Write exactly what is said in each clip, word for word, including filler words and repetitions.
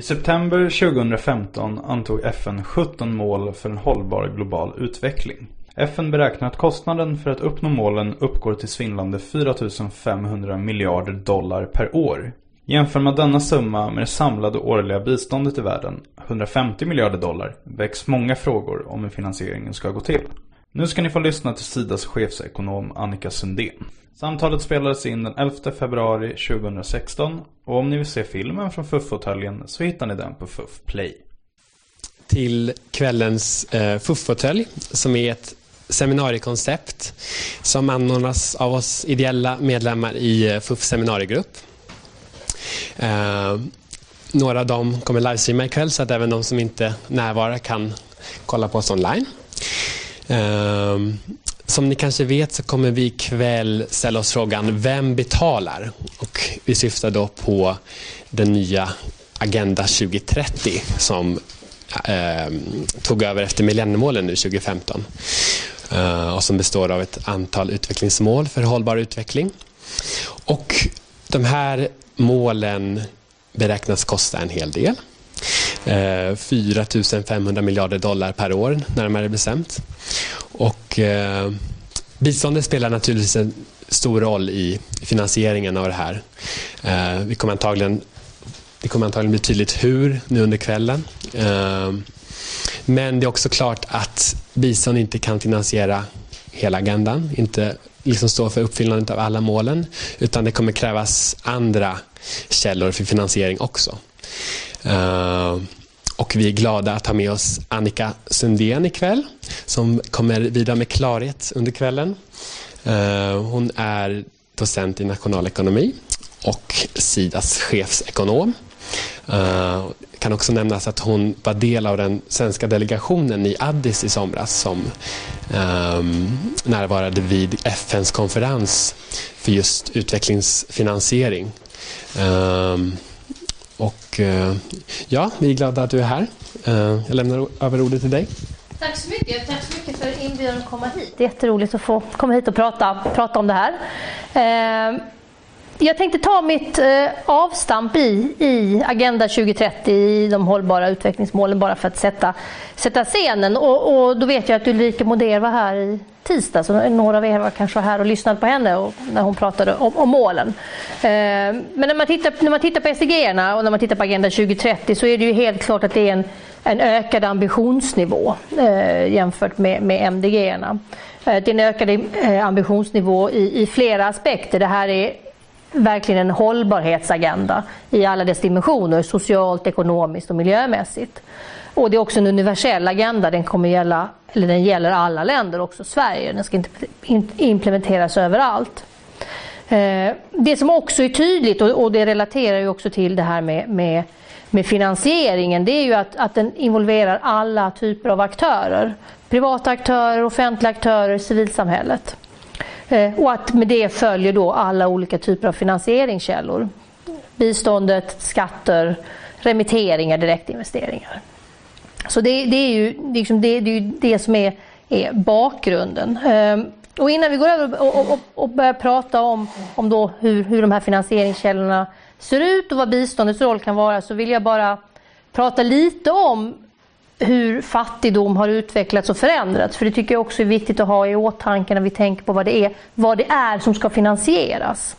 september tjugohundrafemton antog F N sjutton mål för en hållbar global utveckling. F N beräknar att kostnaden för att uppnå målen uppgår till svindlande fyra tusen femhundra miljarder dollar per år. Jämför man denna summa med det samlade årliga biståndet i världen, hundrafemtio miljarder dollar, väcks många frågor om hur finansieringen ska gå till. Nu ska ni få lyssna till Sidas chefsekonom Annika Sundén. Samtalet spelades in den elfte februari tjugohundrasexton och om ni vill se filmen från F U F-fåtöljen så hittar ni den på F U F Play. Till kvällens eh, F U F-fåtölj som är ett seminariekoncept som anordnas av oss ideella medlemmar i F U F seminariegrupp. Eh, några av dem kommer livestreama ikväll så att även de som inte närvarar kan kolla på oss online. Eh, som ni kanske vet så kommer vi ikväll ställa oss frågan vem betalar? Och vi syftar då på den nya Agenda tjugo trettio som eh, tog över efter millenniemålen nu tjugo femton. Uh, och som består av ett antal utvecklingsmål för hållbar utveckling. Och de här målen beräknas kosta en hel del. Uh, fyra tusen femhundra miljarder dollar per år närmare bestämt. Och uh, biståndet spelar naturligtvis en stor roll i finansieringen av det här. Uh, vi kommer antagligen, det kommer antagligen bli tydligt hur nu under kvällen. Uh, Men det är också klart att bistånd inte kan finansiera hela agendan, inte liksom stå för uppfyllandet av alla målen, utan det kommer krävas andra källor för finansiering också. Uh, och vi är glada att ha med oss Annika Sundén ikväll som kommer vidare med klarhet under kvällen. Uh, hon är docent i nationalekonomi och Sidas chefsekonom. Uh, kan också nämnas att hon var del av den svenska delegationen i Addis i somras som um, närvarade vid F N:s konferens för just utvecklingsfinansiering. Um, och uh, ja, vi är glada att du är här. Uh, jag lämnar över ordet till dig. Tack så mycket. Tack så mycket för inbjudan att komma hit. Det är jätteroligt att få komma hit och prata, prata om det här. Uh, Jag tänkte ta mitt eh, avstamp i, i Agenda tjugo trettio, i de hållbara utvecklingsmålen, bara för att sätta, sätta scenen. Och, och då vet jag att Ulrika Moder var här i tisdag, så några av er var kanske här och lyssnade på henne och, när hon pratade om, om målen. Eh, men när man, tittar, när man tittar på S D G-erna och när man tittar på Agenda tjugo trettio så är det ju helt klart att det är en, en ökad ambitionsnivå eh, jämfört med, med M D G-erna. Eh, det är en ökad eh, ambitionsnivå i, i flera aspekter. Det här är verkligen en hållbarhetsagenda i alla dess dimensioner, socialt, ekonomiskt och miljömässigt. Och det är också en universell agenda, den kommer gälla, eller den gäller alla länder, också Sverige. Den ska inte implementeras överallt. Det som också är tydligt, och det relaterar ju också till det här med, med, med finansieringen, det är ju att, att den involverar alla typer av aktörer. Privata aktörer, offentliga aktörer, civilsamhället. Och att med det följer då alla olika typer av finansieringskällor. Biståndet, skatter, remitteringar, direktinvesteringar. Så det, det, är, ju, liksom det, det är ju det som är, är bakgrunden. Och innan vi går över och, och, och börjar prata om, om då hur, hur de här finansieringskällorna ser ut och vad biståndets roll kan vara, så vill jag bara prata lite om hur fattigdom har utvecklats och förändrats. För det tycker jag också är viktigt att ha i åtanke när vi tänker på vad det är, vad det är som ska finansieras.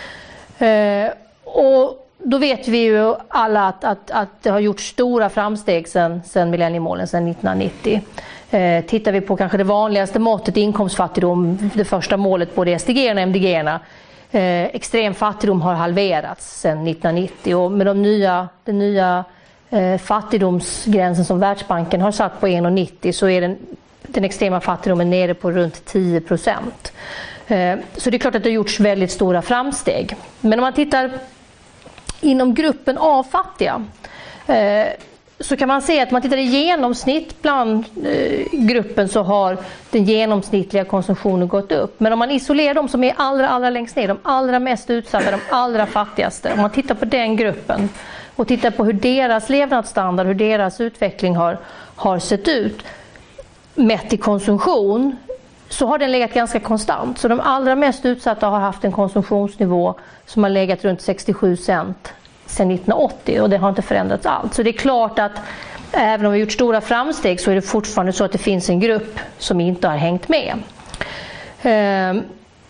Eh, och då vet vi ju alla att, att, att det har gjort stora framsteg sedan, sedan millenniemålen, sedan nittonhundranittio. Eh, tittar vi på kanske det vanligaste måttet, inkomstfattigdom, det första målet på S D G och M D G-erna. Eh, extrem fattigdom har halverats sedan nittonhundranittio, och med de nya, den nya eh, fattigdomsgränsen som Världsbanken har satt på en komma nittio så är den, den extrema fattigdomen nere på runt tio procent. Eh, så det är klart att det har gjorts väldigt stora framsteg. Men om man tittar inom gruppen av fattiga eh, så kan man se att man tittar i genomsnitt bland eh, gruppen så har den genomsnittliga konsumtionen gått upp. Men om man isolerar de som är allra, allra längst ner, de allra mest utsatta, de allra fattigaste, om man tittar på den gruppen och tittar på hur deras levnadsstandard, hur deras utveckling har, har sett ut mätt i konsumtion, så har den legat ganska konstant. Så de allra mest utsatta har haft en konsumtionsnivå som har legat runt sextiosju cent sedan nittonhundraåttio och det har inte förändrats alls. Så det är klart att även om vi har gjort stora framsteg så är det fortfarande så att det finns en grupp som inte har hängt med. Ehm.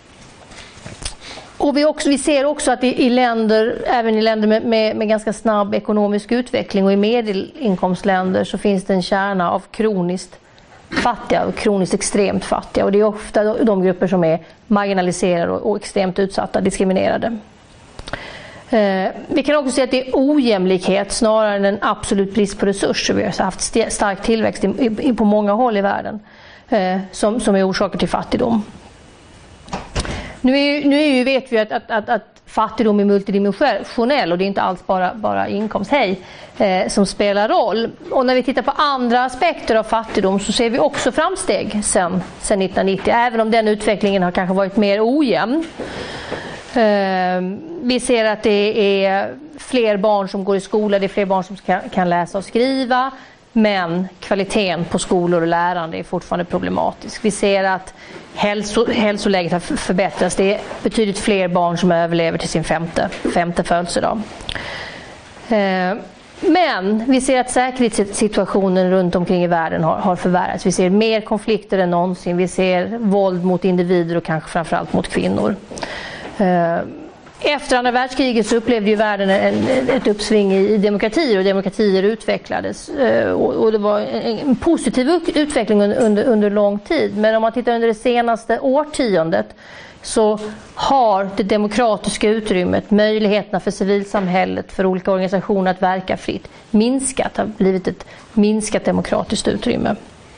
Och vi, också, vi ser också att i, i länder, även i länder med, med, med ganska snabb ekonomisk utveckling och i medelinkomstländer så finns det en kärna av kroniskt fattiga och kroniskt extremt fattiga. Och det är ofta de grupper som är marginaliserade och, och extremt utsatta, diskriminerade. Eh, vi kan också se att det är ojämlikhet snarare än en absolut brist på resurser. Vi har haft st- stark tillväxt i, i, på många håll i världen eh, som, som är orsaker till fattigdom. Nu, är, nu är ju, vet vi att, att, att, att fattigdom är multidimensionell och det är inte alls bara, bara inkomst hej, eh, som spelar roll. Och när vi tittar på andra aspekter av fattigdom så ser vi också framsteg sen, sen nittonhundranittio, även om den utvecklingen har kanske varit mer ojämn. Eh, vi ser att det är fler barn som går i skola, det är fler barn som kan, kan läsa och skriva, men kvaliteten på skolor och lärande är fortfarande problematisk. Vi ser att hälso, hälsoläget har förbättrats. Det är betydligt fler barn som överlever till sin femte, femte födelsedag. Eh, men vi ser att säkerhetssituationen runt omkring i världen har, har förvärrats. Vi ser mer konflikter än någonsin. Vi ser våld mot individer och kanske framförallt mot kvinnor. Eh, Efter andra världskriget så upplevde ju världen en, ett uppsving i demokratier och demokratier utvecklades. Och, och det var en, en positiv utveckling under, under lång tid. Men om man tittar under det senaste årtiondet så har det demokratiska utrymmet, möjligheterna för civilsamhället, för olika organisationer att verka fritt, minskat. Det har blivit ett minskat demokratiskt utrymme.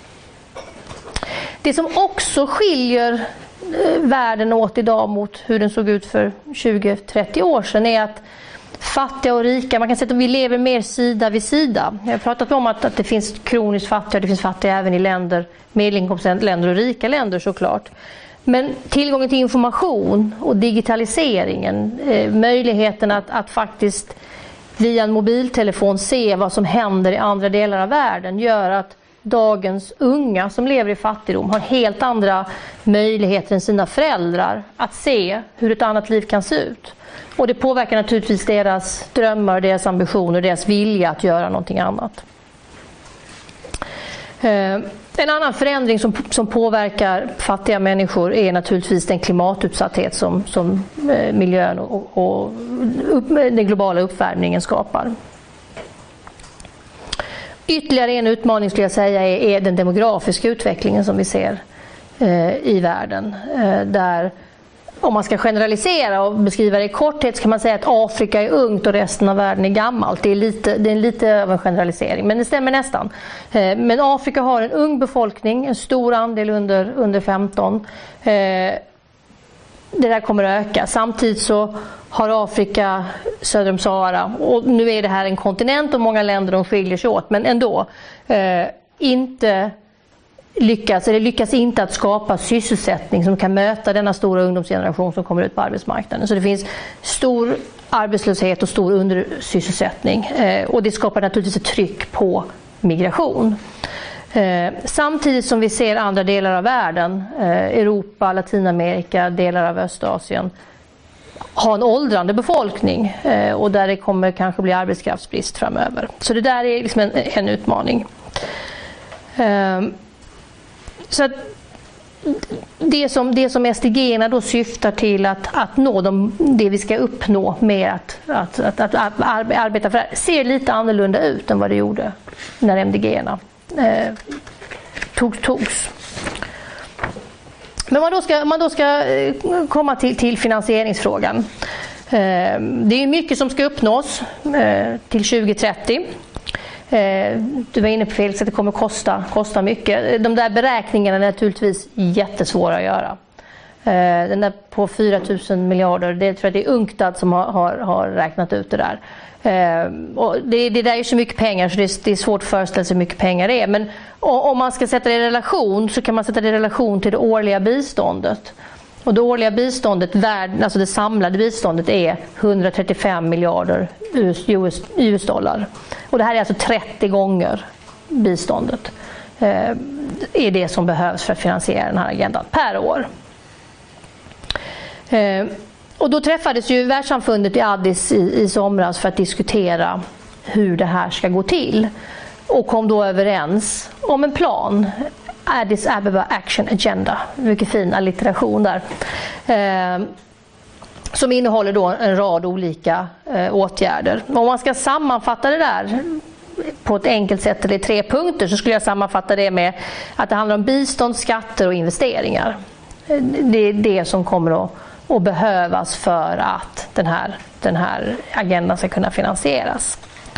Det som också skiljer världen åt idag mot hur den såg ut för tjugo till trettio år sedan är att fattiga och rika, man kan säga att vi lever mer sida vid sida. Jag har pratat om att, att det finns kroniskt fattiga, det finns fattiga även i länder, medelinkomstländer och rika länder såklart. Men tillgången till information och digitaliseringen, eh, möjligheten att, att faktiskt via en mobiltelefon se vad som händer i andra delar av världen gör att dagens unga som lever i fattigdom har helt andra möjligheter än sina föräldrar att se hur ett annat liv kan se ut. Och det påverkar naturligtvis deras drömmar, deras ambitioner, deras vilja att göra någonting annat. En annan förändring som, som påverkar fattiga människor är naturligtvis den klimatutsatthet som, som miljön och, och upp, den globala uppvärmningen skapar. Ytterligare en utmaning skulle jag säga är, är den demografiska utvecklingen som vi ser eh, i världen. Eh, där, om man ska generalisera och beskriva det i korthet så kan man säga att Afrika är ungt och resten av världen är gammalt. Det är lite, det är lite av en generalisering, men det stämmer nästan. Eh, men Afrika har en ung befolkning, en stor andel under, under femton. Eh, det där kommer att öka. Samtidigt så har Afrika söder om Sahara, och nu är det här en kontinent och många länder de skiljer sig åt, men ändå eh, inte lyckas, eller lyckas inte att skapa sysselsättning som kan möta denna stora ungdomsgeneration som kommer ut på arbetsmarknaden. Så det finns stor arbetslöshet och stor undersysselsättning eh, och det skapar naturligtvis ett tryck på migration. Eh, samtidigt som vi ser andra delar av världen, eh, Europa, Latinamerika, delar av Östasien, ha en åldrande befolkning eh, och där det kommer kanske bli arbetskraftsbrist framöver. Så det där är liksom en, en utmaning. Eh, så att det som, det som S D G-erna då syftar till att, att nå de, det vi ska uppnå med att, att, att, att, att arbeta för det här, ser lite annorlunda ut än vad det gjorde när M D G-erna eh, tog, togs. Men om man då ska, man då ska komma till, till finansieringsfrågan. Eh, det är mycket som ska uppnås eh, till tjugo trettio. Eh, du var inne på Felix att det kommer kosta, kosta mycket. De där beräkningarna är naturligtvis jättesvåra att göra. Eh, den där på fyra tusen miljarder, det tror jag det är UNCTAD som har, har, har räknat ut det där. Eh, och det, det där är så mycket pengar så det, det är svårt att föreställa sig hur mycket pengar det är. Men om man ska sätta det i relation så kan man sätta det i relation till det årliga biståndet. Och det årliga biståndet, alltså det samlade biståndet, är hundratrettiofem miljarder U S-dollar. Och det här är alltså trettio gånger biståndet. Eh, är det som behövs för att finansiera den här agendan per år. Eh, och då träffades ju världssamfundet i Addis i, i somras för att diskutera hur det här ska gå till. Och kom då överens om en plan. Addis Ababa Action Agenda. Mycket fin allitteration där. Eh, som innehåller då en rad olika eh, åtgärder. Om man ska sammanfatta det där på ett enkelt sätt eller i tre punkter, så skulle jag sammanfatta det med att det handlar om bistånd, skatter och investeringar. Det är det som kommer att, att behövas för att den här, den här agendan ska kunna finansieras.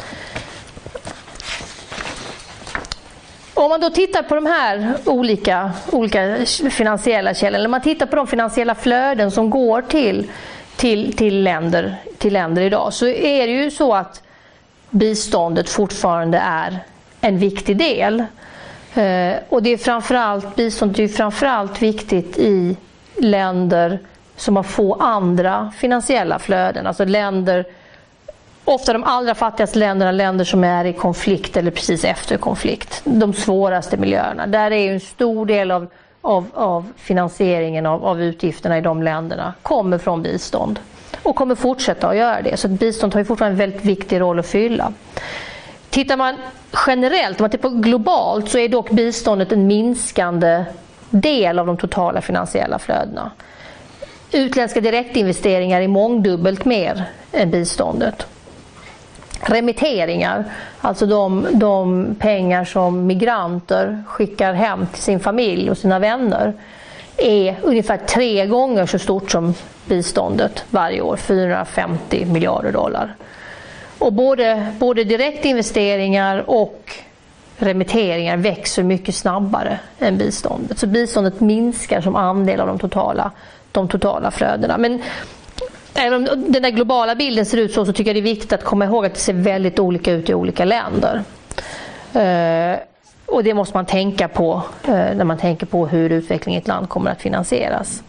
Om man då tittar på de här olika, olika finansiella källorna, eller man tittar på de finansiella flöden som går till, till, till, länder, till länder idag, så är det ju så att biståndet fortfarande är en viktig del. Eh, och det är framförallt, biståndet är framförallt viktigt i länder som har få andra finansiella flöden. Alltså länder, ofta de allra fattigaste länderna, länder som är i konflikt eller precis efter konflikt. De svåraste miljöerna. Där är ju en stor del av, av, av finansieringen av, av utgifterna i de länderna kommer från bistånd. Och kommer fortsätta att göra det. Så att bistånd har ju fortfarande en väldigt viktig roll att fylla. Tittar man generellt, om man tittar på globalt, så är dock biståndet en minskande del av de totala finansiella flödena. Utländska direktinvesteringar är mångdubbelt mer än biståndet. Remitteringar, alltså de, de pengar som migranter skickar hem till sin familj och sina vänner, är ungefär tre gånger så stort som biståndet varje år, fyrahundrafemtio miljarder dollar. Och både, både direktinvesteringar och remitteringar växer mycket snabbare än biståndet. Så biståndet minskar som andel av de totala, de totala flödena. Men även om den där globala bilden ser ut så, så tycker jag det är viktigt att komma ihåg att det ser väldigt olika ut i olika länder. Eh, och det måste man tänka på eh, när man tänker på hur utvecklingen i ett land kommer att finansieras.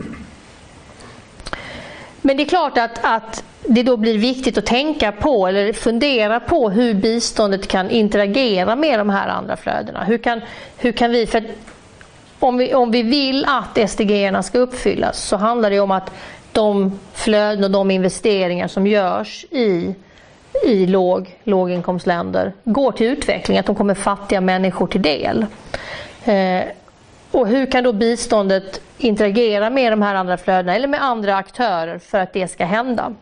Men det är klart att, att det då blir viktigt att tänka på eller fundera på hur biståndet kan interagera med de här andra flödena. Hur kan, hur kan vi, för om vi, om vi vill att S D G-erna ska uppfyllas, så handlar det om att de flöden och de investeringar som görs i, i låg, låginkomstländer går till utveckling, att de kommer fattiga människor till del. Eh, och hur kan då biståndet interagera med de här andra flödena eller med andra aktörer för att det ska hända?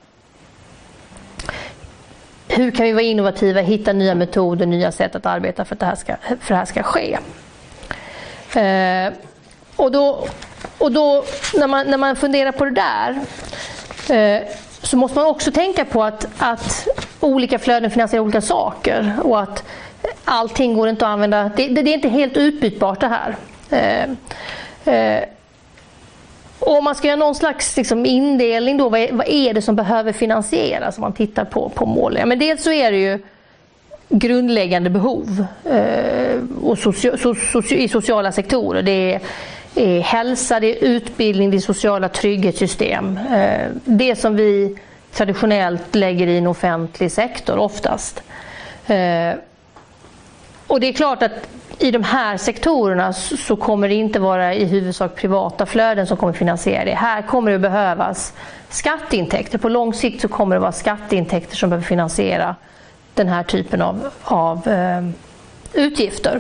Hur kan vi vara innovativa, hitta nya metoder, nya sätt att arbeta för att det här ska, för det här ska ske? Eh, och då, och då när, man, när man funderar på det där eh, så måste man också tänka på att, att olika flöden finansierar olika saker och att allting går inte att använda. Det, det, det är inte helt utbytbart det här. Eh, eh, och om man ska göra någon slags liksom, indelning då, vad är, vad är det som behöver finansieras om man tittar på, på målen? Men dels så är det ju grundläggande behov eh, och socio, so, socio, i sociala sektorer. Det är, är hälsa, det är utbildning, det är sociala trygghetssystem. Eh, det som vi traditionellt lägger i en offentlig sektor oftast. Eh, och det är klart att i de här sektorerna så kommer det inte vara i huvudsak privata flöden som kommer finansiera det. Här kommer det behövas skatteintäkter. På lång sikt så kommer det vara skatteintäkter som behöver finansiera den här typen av, av eh, utgifter.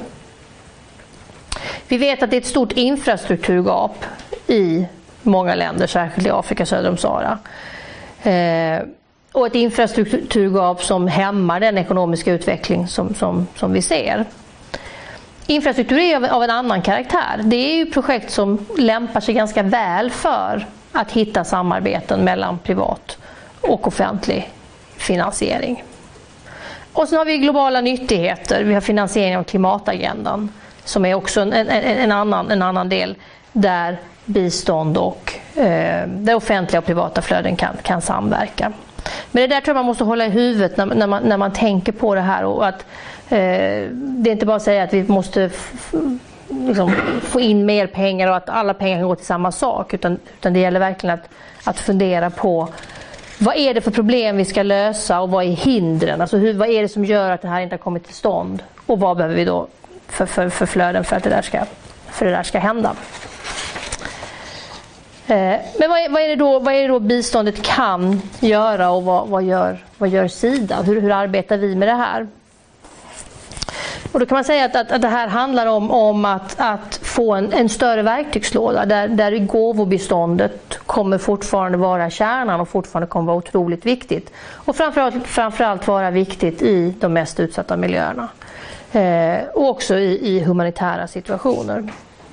Vi vet att det är ett stort infrastrukturgap i många länder, särskilt i Afrika söder om Sahara. Eh, och ett infrastrukturgap som hämmar den ekonomiska utveckling som, som, som vi ser. Infrastruktur är av, av en annan karaktär. Det är ju projekt som lämpar sig ganska väl för att hitta samarbeten mellan privat och offentlig finansiering. Och sen har vi globala nyttigheter. Vi har finansiering av klimatagendan som är också en, en, en, annan, en annan del där bistånd och eh, där offentliga och privata flöden kan, kan samverka. Men det där tror jag man måste hålla i huvudet när, när, man, när man tänker på det här. Och att, eh, det är inte bara att säga att vi måste f- liksom, få in mer pengar och att alla pengar kan gå till samma sak. Utan, utan det gäller verkligen att, att fundera på vad är det för problem vi ska lösa och vad är hindren? Alltså hur, vad är det som gör att det här inte har kommit till stånd? Och vad behöver vi då för, för, för flöden för att det där ska, för det där ska hända? Men vad är, vad är det då, vad är det då biståndet kan göra och vad, vad, gör, vad gör Sida? Hur, hur arbetar vi med det här? Och då kan man säga att, att, att det här handlar om, om att, att få en, en större verktygslåda där, där gåvobiståndet kommer fortfarande vara kärnan och fortfarande kommer vara otroligt viktigt. Och framförallt, framförallt vara viktigt i de mest utsatta miljöerna. Eh, och också i, i humanitära situationer.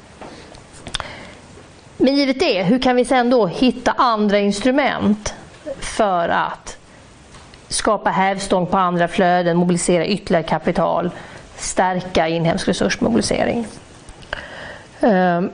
Men givet det, hur kan vi sen då hitta andra instrument för att skapa hävstång på andra flöden, mobilisera ytterligare kapital, stärka inhemsk resursmobilisering? Um,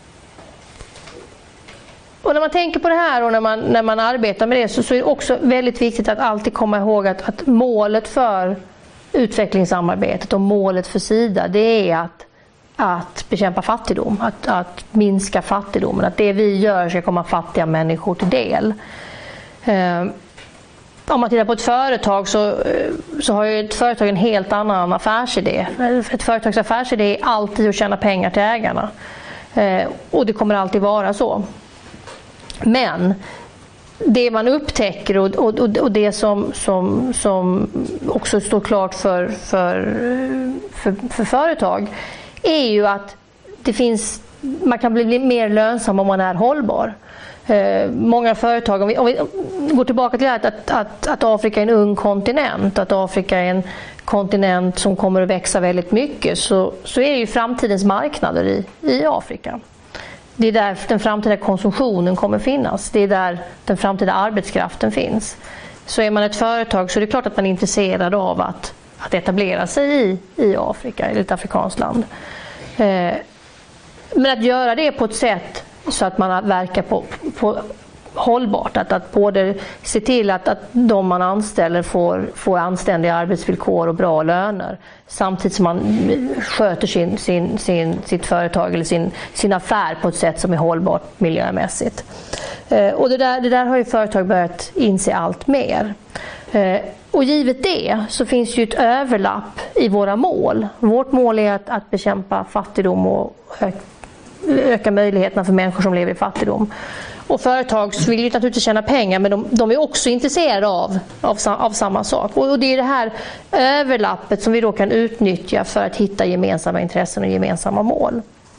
och när man tänker på det här och när man, när man arbetar med det så, så är det också väldigt viktigt att alltid komma ihåg att, att målet för utvecklingssamarbetet och målet för Sida, det är att att bekämpa fattigdom, att, att minska fattigdomen, att det vi gör ska komma fattiga människor till del. Eh, om man tittar på ett företag så, så har ju ett företag en helt annan affärsidé. Ett företags affärsidé är alltid att tjäna pengar till ägarna. Eh, och det kommer alltid vara så. Men det man upptäcker och, och, och det som, som, som också står klart för, för, för, för företag är ju att det finns, man kan bli mer lönsam om man är hållbar. Eh, många företag, om vi, om vi går tillbaka till att, att, att, att Afrika är en ung kontinent, att Afrika är en kontinent som kommer att växa väldigt mycket, så, så är det ju framtidens marknader i, i Afrika. Det är där den framtida konsumtionen kommer finnas. Det är där den framtida arbetskraften finns. Så är man ett företag så är det klart att man är intresserad av att att etablera sig i, i Afrika, eller ett afrikanskt land. Eh, men att göra det på ett sätt så att man verkar på, på hållbart. Att, att både se till att, att de man anställer får, får anständiga arbetsvillkor och bra löner. Samtidigt som man sköter sin, sin, sin, sitt företag eller sin, sin affär på ett sätt som är hållbart miljömässigt. Eh, och det där, det där har ju företag börjat inse allt mer. Eh, Och givet det så finns ju ett överlapp i våra mål. Vårt mål är att, att bekämpa fattigdom och öka möjligheterna för människor som lever i fattigdom. Och företag vill ju naturligtvis tjäna pengar, men de, de är också intresserade av, av, av samma sak. Och, och det är det här överlappet som vi då kan utnyttja för att hitta gemensamma intressen och gemensamma mål.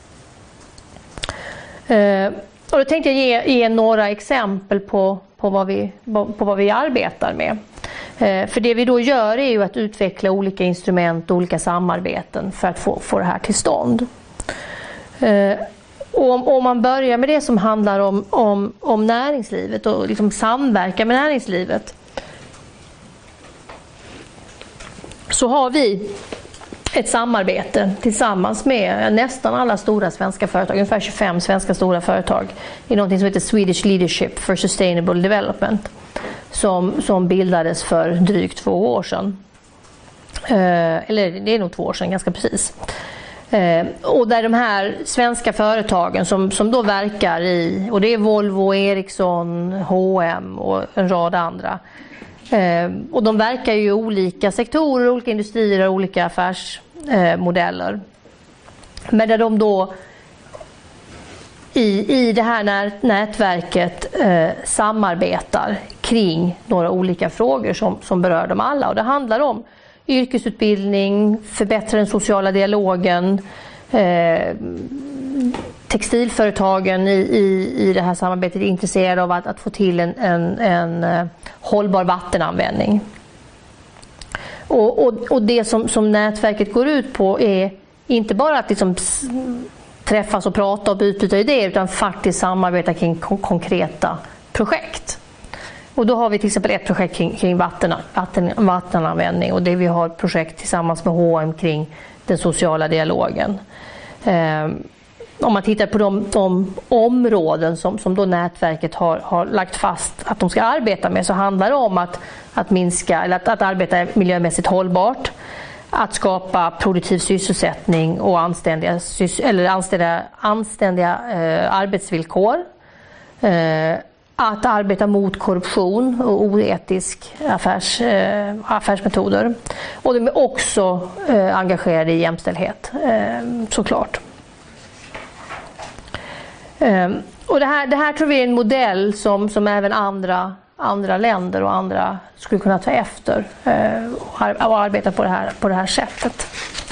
Eh, och då tänkte jag ge, ge några exempel på, på, vad vi, på vad vi arbetar med. För det vi då gör är ju att utveckla olika instrument och olika samarbeten för att få, få det här till stånd. Och om, om man börjar med det som handlar om, om, om näringslivet och liksom samverka med näringslivet, så har vi ett samarbete tillsammans med nästan alla stora svenska företag, ungefär tjugofem svenska stora företag, i något som heter Swedish Leadership for Sustainable Development. Som, som bildades för drygt två år sedan. Eh, eller det är nog två år sedan, ganska precis. Eh, och där de här svenska företagen som, som då verkar i, och det är Volvo, Ericsson, H och M och en rad andra. Eh, och de verkar ju i olika sektorer, olika industrier och olika affärsmodeller. Eh, Men där de då I, i det här nät, nätverket eh, samarbetar kring några olika frågor som, som berör dem alla. Och det handlar om yrkesutbildning, förbättra den sociala dialogen, eh, textilföretagen i, i, i det här samarbetet är intresserade av att, att få till en, en, en eh, hållbar vattenanvändning. Och, och, och det som, som nätverket går ut på är inte bara att liksom träffas och prata och utbyta idéer, utan faktiskt samarbeta kring kon- konkreta projekt. Och då har vi till exempel ett projekt kring, kring vatten, vatten, vattenanvändning, och det vi har ett projekt tillsammans med H och M kring den sociala dialogen. Eh, om man tittar på de, de områden som, som då nätverket har, har lagt fast att de ska arbeta med, så handlar det om att, att minska eller att, att arbeta miljömässigt hållbart, att skapa produktiv sysselsättning och anständiga, eller anständiga, anständiga eh, arbetsvillkor. Eh, att arbeta mot korruption och oetisk affärs, eh, affärsmetoder. Och de är också eh, engagerade i jämställdhet, eh, såklart. Och det här, det här tror vi är en modell som, som även andra, andra länder och andra skulle kunna ta efter och arbeta på det här, på det här sättet.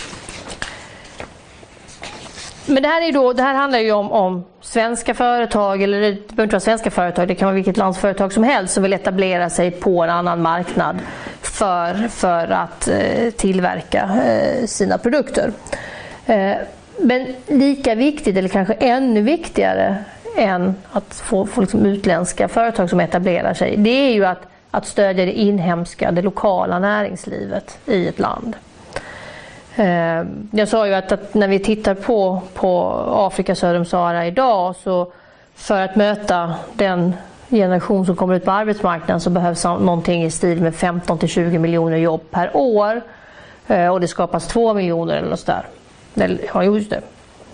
Men det här, är då, det här handlar ju om, om svenska företag, eller det behöver inte vara svenska företag, det kan vara vilket lands företag som helst som vill etablera sig på en annan marknad för, för att eh, tillverka eh, sina produkter. Eh, men lika viktigt, eller kanske ännu viktigare än att få, få liksom utländska företag som etablerar sig, det är ju att, att stödja det inhemska, det lokala näringslivet i ett land. Jag sa ju att, att när vi tittar på, på Afrika söder om Sahara idag, så för att möta den generation som kommer ut på arbetsmarknaden så behövs någonting i stil med femton till tjugo miljoner jobb per år, och det skapas två miljoner eller något där. Ja, just det.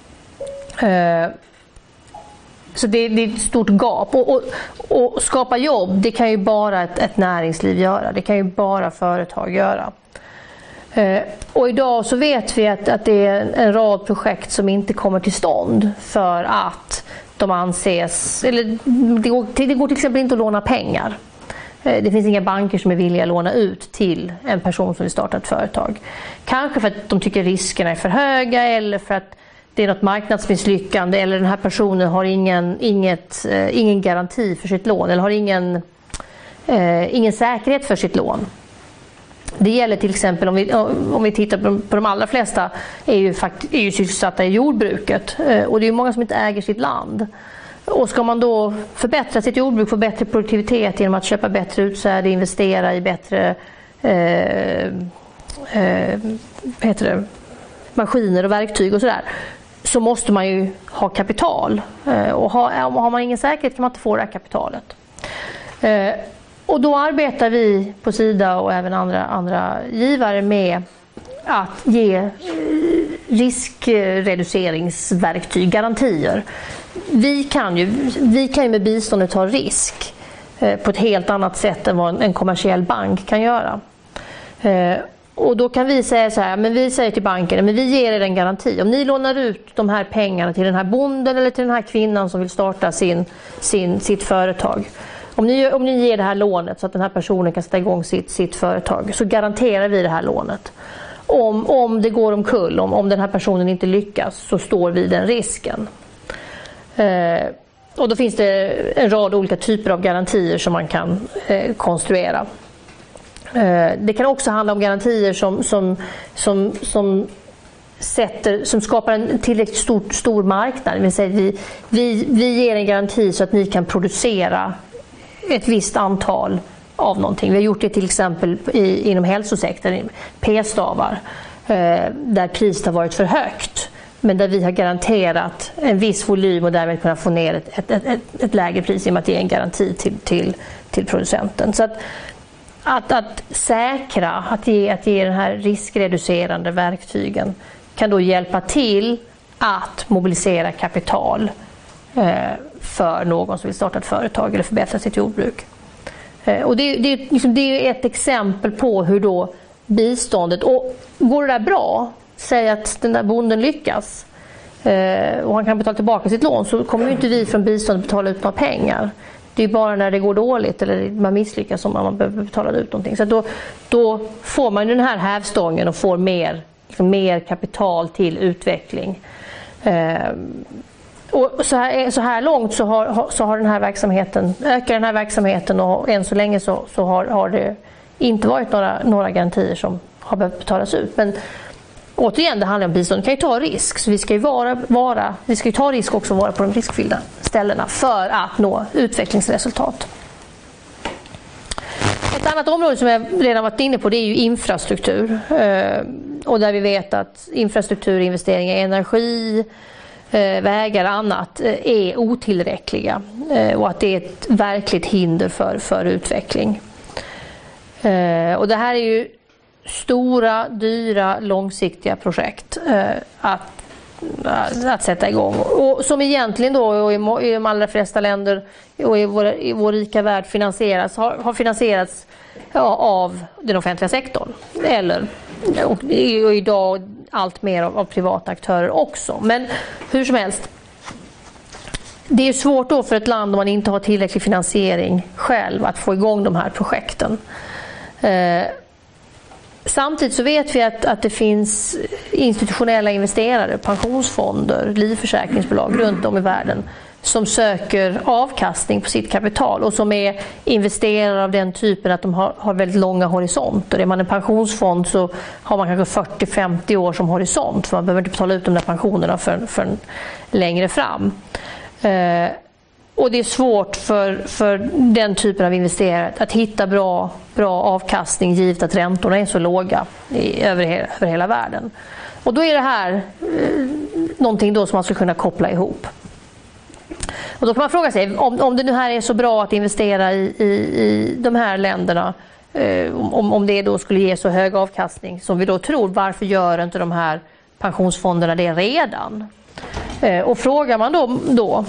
Så det, det är ett stort gap, och, och, och skapa jobb, det kan ju bara ett, ett näringsliv göra, det kan ju bara företag göra. Eh, och idag så vet vi att, att det är en rad projekt som inte kommer till stånd för att de anses, eller det går, det går till exempel inte att låna pengar. Eh, det finns inga banker som är villiga att låna ut till en person som vill starta ett företag. Kanske för att de tycker riskerna är för höga, eller för att det är något marknadsmisslyckande, eller den här personen har ingen, inget, eh, ingen garanti för sitt lån, eller har ingen, eh, ingen säkerhet för sitt lån. Det gäller till exempel om vi, om vi tittar på, på de allra flesta är ju, fakt, är ju sysselsatta i jordbruket, och det är många som inte äger sitt land. Och ska man då förbättra sitt jordbruk, få bättre produktivitet genom att köpa bättre utsäde, investera i bättre eh, eh, heter det, maskiner och verktyg och sådär, så måste man ju ha kapital, och ha, har man ingen säkerhet kan man inte få det här kapitalet. Eh, Och då arbetar vi på Sida och även andra, andra givare med att ge riskreduceringsverktyg, garantier. Vi kan ju, vi kan ju med biståndet ta risk på ett helt annat sätt än vad en kommersiell bank kan göra. Och då kan vi säga så här, men vi säger till banken, men vi ger er en garanti. Om ni lånar ut de här pengarna till den här bonden eller till den här kvinnan som vill starta sin, sin, sitt företag. Om ni, om ni ger det här lånet så att den här personen kan sätta igång sitt, sitt företag, så garanterar vi det här lånet. Om, om det går omkull, om, om den här personen inte lyckas, så står vi den risken. Eh, och då finns det en rad olika typer av garantier som man kan eh, konstruera. Eh, det kan också handla om garantier som, som, som, som, sätter, som skapar en tillräckligt stor, stor marknad. Det vill säga vi, vi, vi ger en garanti så att ni kan producera ett visst antal av någonting. Vi har gjort det till exempel i, inom hälsosektorn, p-stavar, eh, där priset har varit för högt, men där vi har garanterat en viss volym och därmed kunna få ner ett, ett, ett, ett lägre pris genom att ge en garanti till, till, till producenten. Så att, att, att säkra, att ge, att ge den här riskreducerande verktygen kan då hjälpa till att mobilisera kapital eh, för någon som vill starta ett företag eller förbättra sitt jordbruk. Och det, det, liksom, det är ett exempel på hur då biståndet, och går det där bra, säg att den där bonden lyckas och han kan betala tillbaka sitt lån, så kommer ju inte vi från biståndet betala ut några pengar. Det är bara när det går dåligt eller man misslyckas som man behöver betala ut någonting. Så då, då får man den här hävstången och får mer, liksom, mer kapital till utveckling. Och så här, så här långt så har, så har den här verksamheten, ökar den här verksamheten, och än så länge så, så har, har det inte varit några, några garantier som har behövt betalas ut. Men återigen, det handlar om bistånd. Vi kan ju ta risk, så vi ska ju, vara, vara, vi ska ju ta risk också och vara på de riskfyllda ställena för att nå utvecklingsresultat. Ett annat område som jag redan varit inne på, det är ju infrastruktur. Och där vi vet att infrastrukturinvesteringar i energi, vägar och annat är otillräckliga, och att det är ett verkligt hinder för, för utveckling. Och det här är ju stora, dyra, långsiktiga projekt att, att sätta igång, och som egentligen då i de allra flesta länder och i vår, i vår rika värld finansieras, har, har finansierats ja, av den offentliga sektorn, eller och, och idag allt mer av, av privata aktörer också. Men hur som helst, det det är svårt då för ett land om man inte har tillräcklig finansiering själv att få igång de här projekten. Eh, samtidigt så vet vi att, att det finns institutionella investerare, pensionsfonder, livförsäkringsbolag runt om i världen som söker avkastning på sitt kapital och som är investerare av den typen att de har, har väldigt långa horisonter. Är man en pensionsfond så har man kanske fyrtio till femtio år som horisont, för man behöver inte betala ut de där pensionerna för, för längre fram. Eh, och det är svårt för, för den typen av investerare att hitta bra, bra avkastning givet att räntorna är så låga i, över, över hela världen. Och då är det här eh, någonting då som man ska kunna koppla ihop. Och då kan man fråga sig, om, om det nu här är så bra att investera i, i, i de här länderna, eh, om, om det då skulle ge så hög avkastning som vi då tror, varför gör inte de här pensionsfonderna det redan? Eh, och frågar man då, då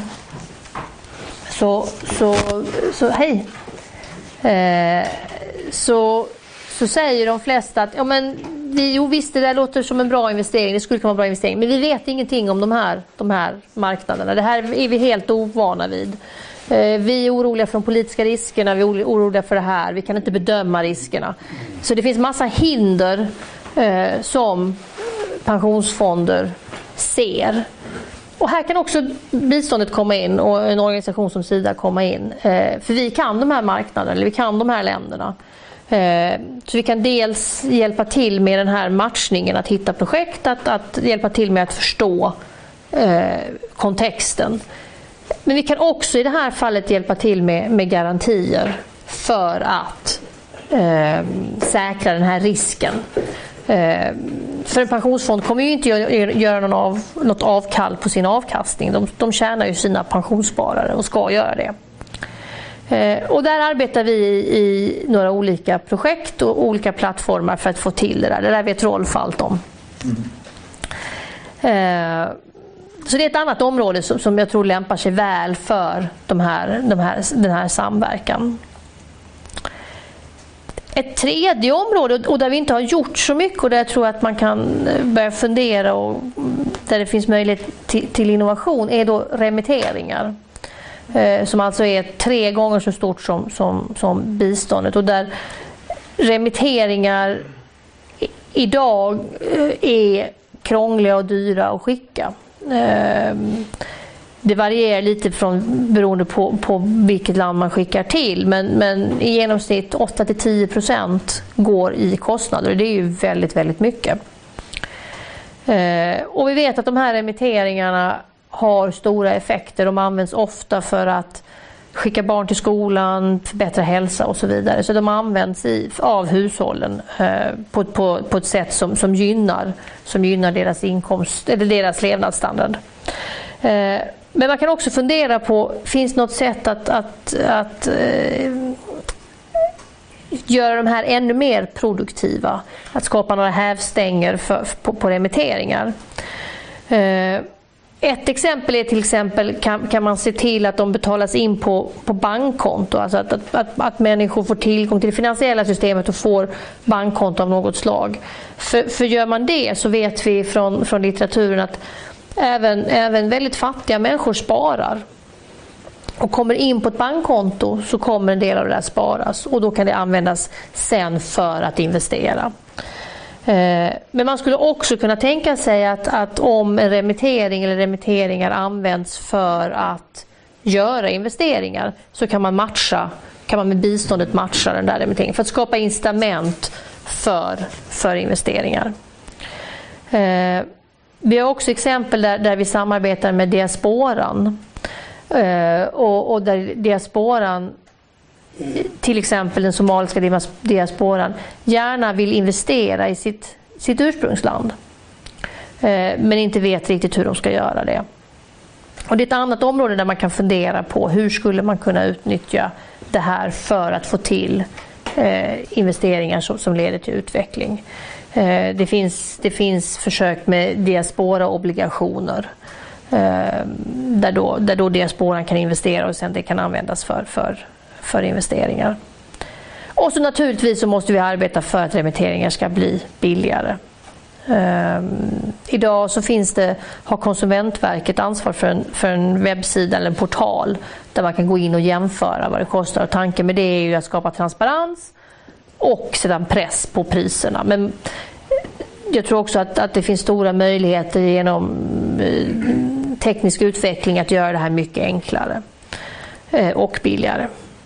så, så, så hej, eh, så, så säger de flesta att ja, men, jo visst, det där låter som en bra investering, det skulle kunna vara en bra investering, men vi vet ingenting om de här, de här marknaderna. Det här är vi helt ovana vid. Vi är oroliga för de politiska riskerna, vi är oroliga för det här, vi kan inte bedöma riskerna. Så det finns massa hinder eh, som pensionsfonder ser. Och här kan också biståndet komma in och en organisation som Sida komma in. Eh, för vi kan de här marknaderna, eller vi kan de här länderna. Så vi kan dels hjälpa till med den här matchningen, att hitta projekt, att, att hjälpa till med att förstå eh, kontexten. Men vi kan också i det här fallet hjälpa till med, med garantier för att eh, säkra den här risken. Eh, för en pensionsfond kommer ju inte göra någon av, något avkall på sin avkastning. De, de tjänar ju sina pensionssparare och ska göra det. Och där arbetar vi i några olika projekt och olika plattformar för att få till det där. Det där vet Rolf allt om. Mm. Så det är ett annat område som jag tror lämpar sig väl för de här, de här, den här samverkan. Ett tredje område, och där vi inte har gjort så mycket och där jag tror att man kan börja fundera och där det finns möjlighet till, till innovation, är då remitteringar. Som alltså är tre gånger så stort som, som, som biståndet, och där remitteringar idag är krångliga och dyra att skicka. Det varierar lite från, beroende på, på vilket land man skickar till, men, men i genomsnitt åtta till tio procent går i kostnader, och det är ju väldigt, väldigt mycket. Och vi vet att de här remitteringarna har stora effekter. De används ofta för att skicka barn till skolan, förbättra hälsa och så vidare. Så de används i, av hushållen eh, på, på, på ett sätt som, som, gynnar, som gynnar deras inkomst eller deras levnadsstandard. Eh, men man kan också fundera på, finns något sätt att, att, att eh, göra de här ännu mer produktiva? Att skapa några hävstänger för, på, på remitteringar. Eh, Ett exempel är till exempel kan, kan man se till att de betalas in på, på bankkonto. Alltså att, att, att, att människor får tillgång till det finansiella systemet och får bankkonto av något slag. För, för gör man det så vet vi från, från litteraturen att även, även väldigt fattiga människor sparar. Och kommer in på ett bankkonto så kommer en del av det där sparas. Och då kan det användas sen för att investera. Men man skulle också kunna tänka sig att, att om en remittering eller remitteringar används för att göra investeringar, så kan man matcha, kan man med biståndet matcha den där remitteringen för att skapa incitament för, för investeringar. Eh, vi har också exempel där, där vi samarbetar med diasporan eh, och, och där diasporan, till exempel den somaliska diasporan, gärna vill investera i sitt, sitt ursprungsland eh, men inte vet riktigt hur de ska göra det. Och det är ett annat område där man kan fundera på hur skulle man kunna utnyttja det här för att få till eh, investeringar som, som leder till utveckling. Eh, det, finns, det finns försök med diaspora-obligationer eh, där, då, där då diasporan kan investera och sen det kan användas för, för för investeringar. Och så naturligtvis så måste vi arbeta för att remitteringar ska bli billigare. Um, idag så finns det, har Konsumentverket ansvar för en, för en webbsida eller en portal där man kan gå in och jämföra vad det kostar. Och tanken med det är ju att skapa transparens och sedan press på priserna. Men jag tror också att, att det finns stora möjligheter genom eh, teknisk utveckling att göra det här mycket enklare eh, och billigare.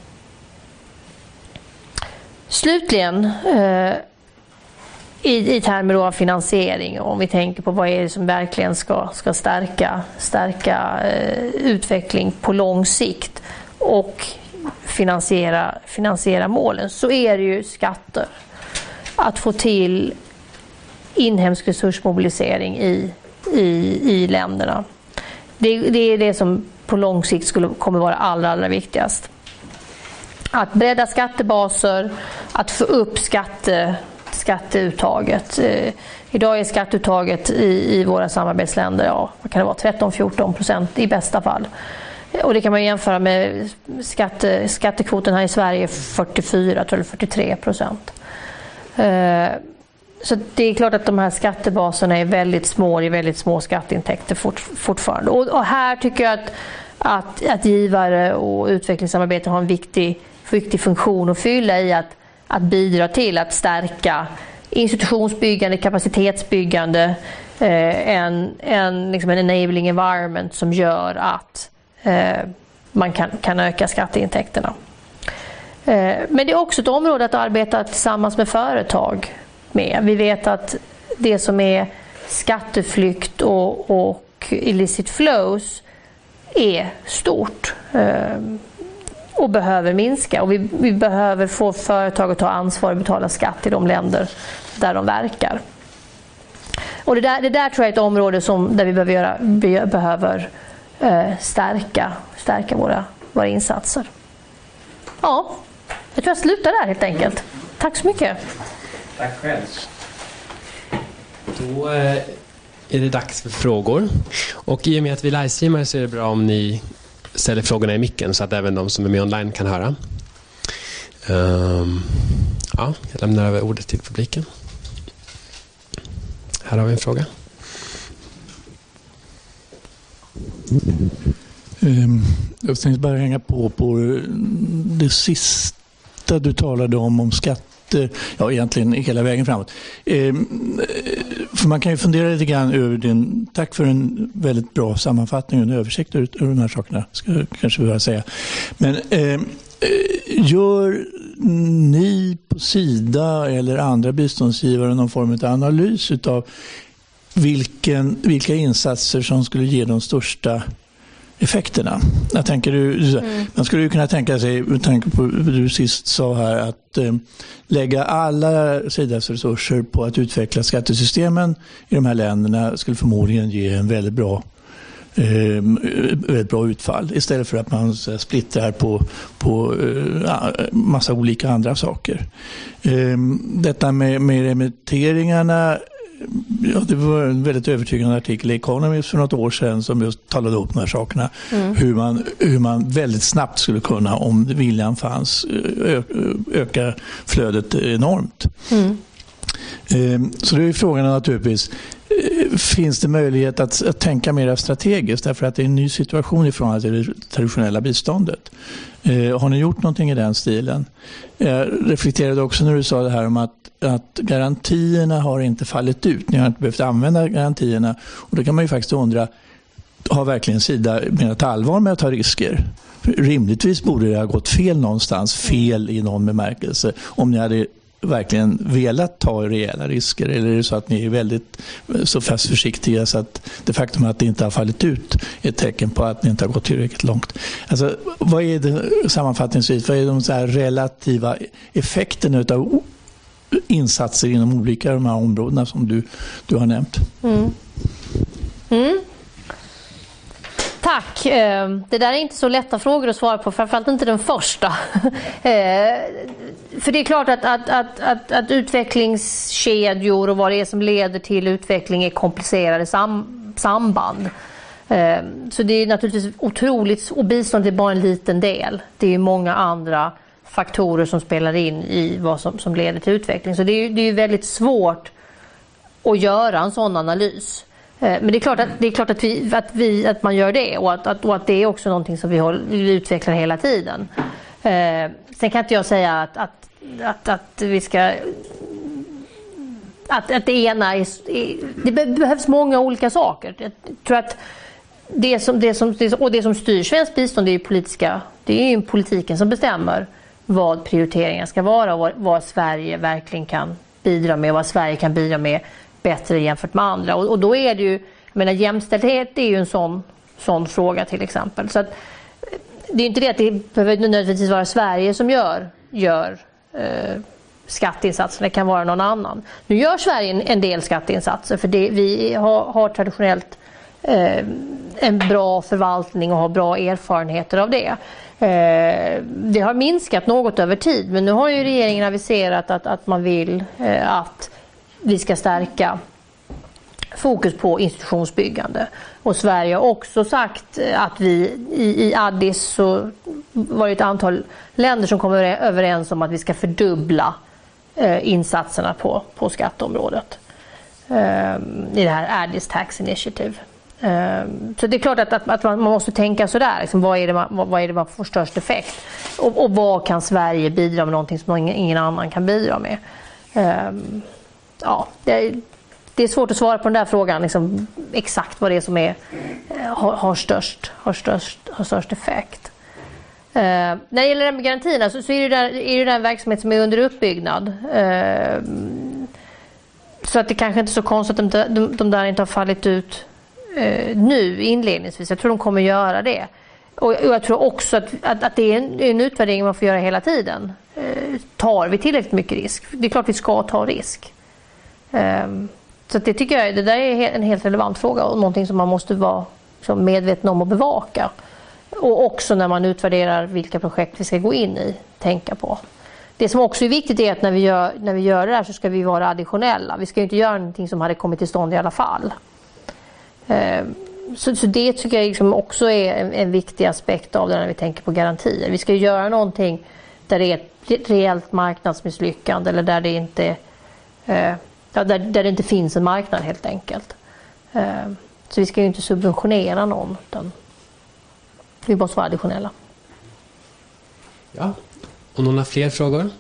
Slutligen eh, I, i termer av finansiering, om vi tänker på vad är det som verkligen ska, ska stärka, stärka eh, utveckling på lång sikt och finansiera, finansiera målen, så är det ju skatter. Att få till inhemsk resursmobilisering i, i, i länderna. Det, det är det som på lång sikt skulle, kommer vara allra, allra viktigast. Att bredda skattebaser, att få upp skatte skatteuttaget. Eh, idag är skatteuttaget i, i våra samarbetsländer, ja, vad kan det vara, tretton till fjorton procent i bästa fall. Och det kan man jämföra med skatte, skattekvoten här i Sverige, fyrtiofyra eller fyrtiotre procent. Eh, så det är klart att de här skattebaserna är väldigt små, i väldigt små skatteintäkter fort, fortfarande. Och, och här tycker jag att, att, att givare och utvecklingssamarbete har en viktig, viktig funktion att fylla i att att bidra till att stärka institutionsbyggande, kapacitetsbyggande, eh, en, en, liksom en enabling environment som gör att eh, man kan, kan öka skatteintäkterna. Eh, men det är också ett område att arbeta tillsammans med företag med. Vi vet att det som är skatteflykt och, och illicit flows är stort. Eh, och behöver minska. Och vi, vi behöver få företag att ta ansvar och betala skatt i de länder där de verkar. Och det där, det där tror jag är ett område som, där vi behöver, göra, vi behöver eh, stärka, stärka våra, våra insatser. Ja, jag tror jag slutar där helt enkelt. Tack så mycket. Tack själv. Då eh, är det dags för frågor. Och i och med att vi livestreamar så är det bra om ni ställer frågorna i micken så att även de som är med online kan höra. Um, ja, jag lämnar över ordet till publiken. Här har vi en fråga. Um, jag tänkte bara hänga på på det sista du talade om, om skatter. Ja, egentligen hela vägen framåt. Um, för man kan ju fundera lite grann över din... Tack för en väldigt bra sammanfattning och en översikt över de här sakerna, ska jag kanske behöva säga. Men um, gör ni på Sida eller andra biståndsgivare någon form av analys av vilken, vilka insatser som skulle ge de största effekterna? Jag tänker du, mm. man skulle ju kunna tänka sig, med tanke på vad du sist sa här, att eh, lägga alla Sidas resurser på att utveckla skattesystemen i de här länderna skulle förmodligen ge en väldigt bra eh, väldigt bra utfall, istället för att man så här, splittrar på, på eh, massa olika andra saker. Eh, detta med, med remitteringarna, ja, det var en väldigt övertygande artikel i Economist för något år sedan som just talade upp de här sakerna. Mm. Hur, man, hur man väldigt snabbt skulle kunna, om viljan fanns, ö- öka flödet enormt. Mm. Så det är frågan naturligtvis, finns det möjlighet att, att tänka mer strategiskt, därför att det är en ny situation ifrån det traditionella biståndet. Har ni gjort någonting i den stilen? Jag reflekterade också när du sa det här om att att garantierna har inte fallit ut. Ni har inte behövt använda garantierna. Och då kan man ju faktiskt undra, har verkligen Sida menat allvar med att ta risker? För rimligtvis borde det ha gått fel någonstans, fel i någon bemärkelse, om ni hade verkligen velat ta rejäla risker. Eller är det så att ni är väldigt så fast försiktiga så att det faktum att det inte har fallit ut är ett tecken på att ni inte har gått tillräckligt långt? Alltså, vad är det sammanfattningsvis? Vad är de så här relativa effekterna utav insatser inom olika de här områdena som du, du har nämnt? Mm. Mm. Tack. Det där är inte så lätta frågor att svara på, framförallt inte den första. För det är klart att, att, att, att, att utvecklingskedjor och vad det är som leder till utveckling är komplicerade sam, samband. Så det är naturligtvis otroligt, och bistånd är bara en liten del. Det är många andra faktorer som spelar in i vad som, som leder till utveckling. Så det är, det är väldigt svårt och göra en sån analys. Men det är klart att, det är klart att, vi, att, vi, att man gör det och att, att, och att det är också någonting som vi, håller, vi utvecklar hela tiden. Eh, sen kan inte jag säga att, att, att, att vi ska... Att, att det ena är... Det behövs många olika saker. Jag tror att det som, det som, och det som styr svenskt bistånd, det är ju politiska... Det är ju politiken som bestämmer vad prioriteringar ska vara och vad, vad Sverige verkligen kan bidra med, vad Sverige kan bidra med bättre jämfört med andra. Och, och då är det ju, jag menar, jämställdhet är ju en sån, sån fråga till exempel. Så att, det är inte det att det behöver nödvändigtvis vara Sverige som gör, gör eh, skatteinsatser. Det kan vara någon annan. Nu gör Sverige en, en del skatteinsatser för det, vi har, har traditionellt eh, en bra förvaltning och har bra erfarenheter av det. Eh, det har minskat något över tid, men nu har ju regeringen aviserat att, att man vill eh, att vi ska stärka fokus på institutionsbyggande. Och Sverige har också sagt att vi i, i Addis så var det ett antal länder som kom överens om att vi ska fördubbla eh, insatserna på, på skatteområdet. Eh, I det här Addis Tax Initiative. Eh, så det är klart att, att, att man måste tänka sådär. Liksom, vad, är det man, vad är det man får störst effekt? Och, och vad kan Sverige bidra med någonting som ingen, ingen annan kan bidra med? Eh, ja, det är, det är svårt att svara på den där frågan, liksom, exakt vad det är som är, har, har, störst, har, störst, har störst effekt. Uh, när det gäller den med garantierna så, så är, det där, är det där en verksamhet som är under uppbyggnad. Uh, så att det kanske inte är så konstigt att de, de, de där inte har fallit ut uh, nu inledningsvis. Jag tror de kommer göra det. Och, och jag tror också att, att, att det är en, en utvärdering man får göra hela tiden. Uh, tar vi tillräckligt mycket risk? Det är klart vi ska ta risk. Um, så det tycker jag, det där är en helt relevant fråga och någonting som man måste vara som medveten om och bevaka. Och också när man utvärderar vilka projekt vi ska gå in i, tänka på. Det som också är viktigt är att när vi gör, när vi gör det här så ska vi vara additionella. Vi ska ju inte göra någonting som hade kommit till stånd i alla fall. Um, så, så det tycker jag liksom också är en, en viktig aspekt av det när vi tänker på garantier. Vi ska ju göra någonting där det är ett reellt marknadsmisslyckande eller där det inte uh, Ja, där, där det inte finns en marknad helt enkelt. Eh, så vi ska ju inte subventionera någon, utan vi måste vara additionella. Ja, och några fler frågor? Jag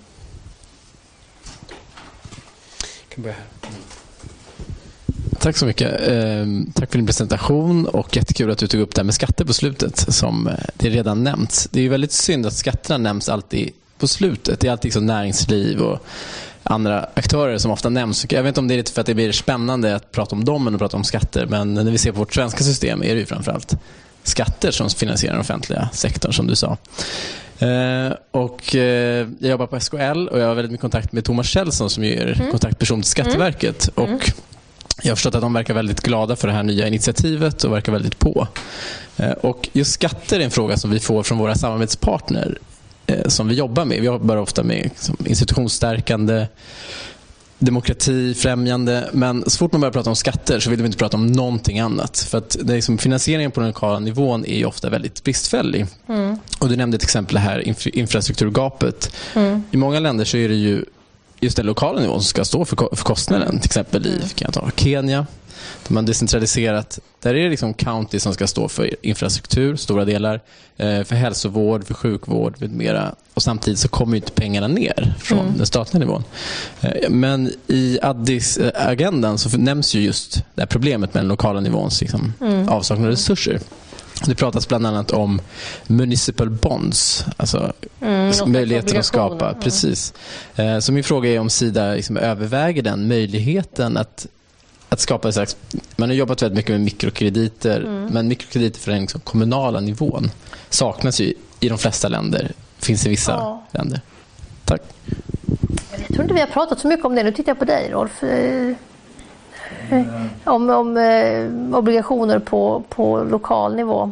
kan börja här. Tack så mycket. Eh, tack för din presentation och jättekul att du tog upp det här med skatter på slutet som det redan nämnts. Det är ju väldigt synd att skatterna nämns alltid på slutet. Det är alltid liksom näringsliv och andra aktörer som ofta nämns. Jag vet inte om det är lite för att det blir spännande att prata om dem än att prata om skatter, men när vi ser på vårt svenska system är det ju framförallt skatter som finansierar den offentliga sektorn, som du sa. Eh, och eh, jag jobbar på S K L och jag har väldigt mycket kontakt med Thomas Kjellson som är mm. kontaktperson till Skatteverket mm. och jag har förstått att de verkar väldigt glada för det här nya initiativet och verkar väldigt på. Eh, och just skatter är en fråga som vi får från våra samarbetspartner som vi jobbar med. Vi jobbar ofta med liksom, institutionsstärkande, demokratifrämjande, men så fort man börjar prata om skatter så vill vi inte prata om någonting annat. För att det är liksom, finansieringen på den lokala nivån är ju ofta väldigt bristfällig. Mm. Och du nämnde ett exempel här, infra- infrastrukturgapet. Mm. I många länder så är det ju just den lokala nivån som ska stå för, för kostnaden. Till exempel i kan jag ta, Kenya. De har decentraliserat. Där är det liksom county som ska stå för infrastruktur, stora delar, eh, för hälsovård, för sjukvård med mera. Och samtidigt så kommer ju inte pengarna ner från mm. den statliga nivån. Eh, men i Addis-agendan så nämns ju just det här problemet med den lokala nivåns liksom, mm. avsaknad av resurser. Det pratas bland annat om municipal bonds, alltså mm, möjligheten att skapa. Mm. Precis. Eh, så min fråga är om Sida liksom överväger den möjligheten att att skapa en slags, man har jobbat väldigt mycket med mikrokrediter mm. men mikrokrediter för den liksom kommunala nivån saknas ju i de flesta länder, finns i vissa ja. länder. Tack. Jag tror inte vi har pratat så mycket om det. Nu tittar jag på dig, Rolf. Mm. Om, om eh, obligationer på, på lokal nivå.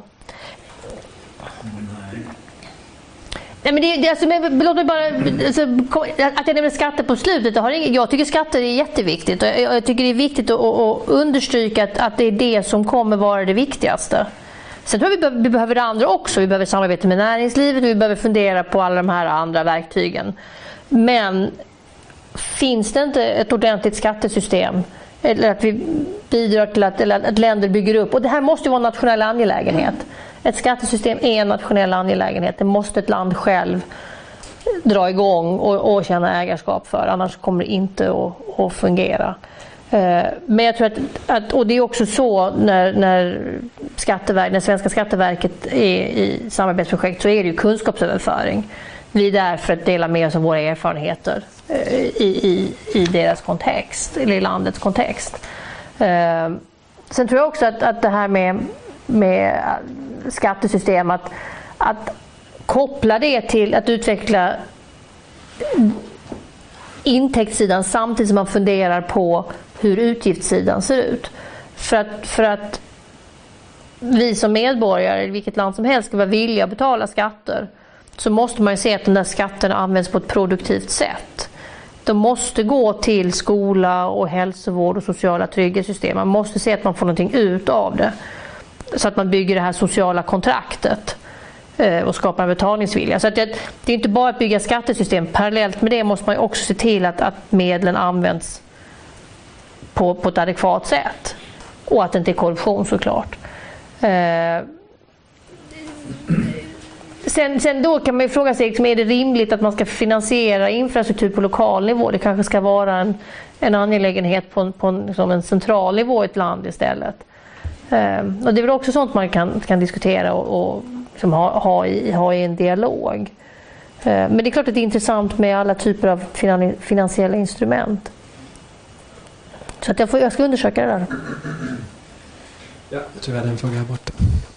Nej, men det, det, alltså, men, låt mig bara, alltså, att jag nämner skatter på slutet, har inget, jag tycker skatter är jätteviktigt och jag, jag tycker det är viktigt att, att understryka att, att det är det som kommer vara det viktigaste. Sen tror jag vi, be, vi behöver det andra också, vi behöver samarbeta med näringslivet och vi behöver fundera på alla de här andra verktygen. Men finns det inte ett ordentligt skattesystem eller att vi bidrar till att, eller att länder bygger upp. Och det här måste ju vara en nationell angelägenhet. Ett skattesystem är en nationell angelägenhet. Det måste ett land själv dra igång och, och känna ägarskap för. Annars kommer det inte att, att fungera. Men jag tror att, att, och det är också så när, när, Skatteverk, när Svenska Skatteverket är i samarbetsprojekt, så är det ju kunskapsöverföring. Vi är där för att dela med oss av våra erfarenheter i, i, i deras kontext, eller i landets kontext. Sen tror jag också att, att det här med, med skattesystem, att, att koppla det till att utveckla intäktssidan samtidigt som man funderar på hur utgiftssidan ser ut. För att, för att vi som medborgare i vilket land som helst ska vara villiga att betala skatter, så måste man ju se att de där skatterna används på ett produktivt sätt. De måste gå till skola och hälsovård och sociala trygghetssystem. Man måste se att man får någonting ut av det. Så att man bygger det här sociala kontraktet och skapar en betalningsvilja. Så att det, det är inte bara att bygga skattesystem. Parallellt med det måste man också se till att, att medlen används på, på ett adekvat sätt. Och att det inte är korruption, såklart. Eh, sen, sen då kan man ju fråga sig, liksom, är det rimligt att man ska finansiera infrastruktur på lokal nivå? Det kanske ska vara en, en angelägenhet på, på en, liksom en central nivå i ett land istället. Eh, och det är väl också sånt man kan, kan diskutera och, och liksom ha, ha, i, ha i en dialog. Eh, men det är klart att det är intressant med alla typer av finan, finansiella instrument. Så att jag, får, jag ska undersöka det där. Ja, jag tror jag hade en fråga här borta.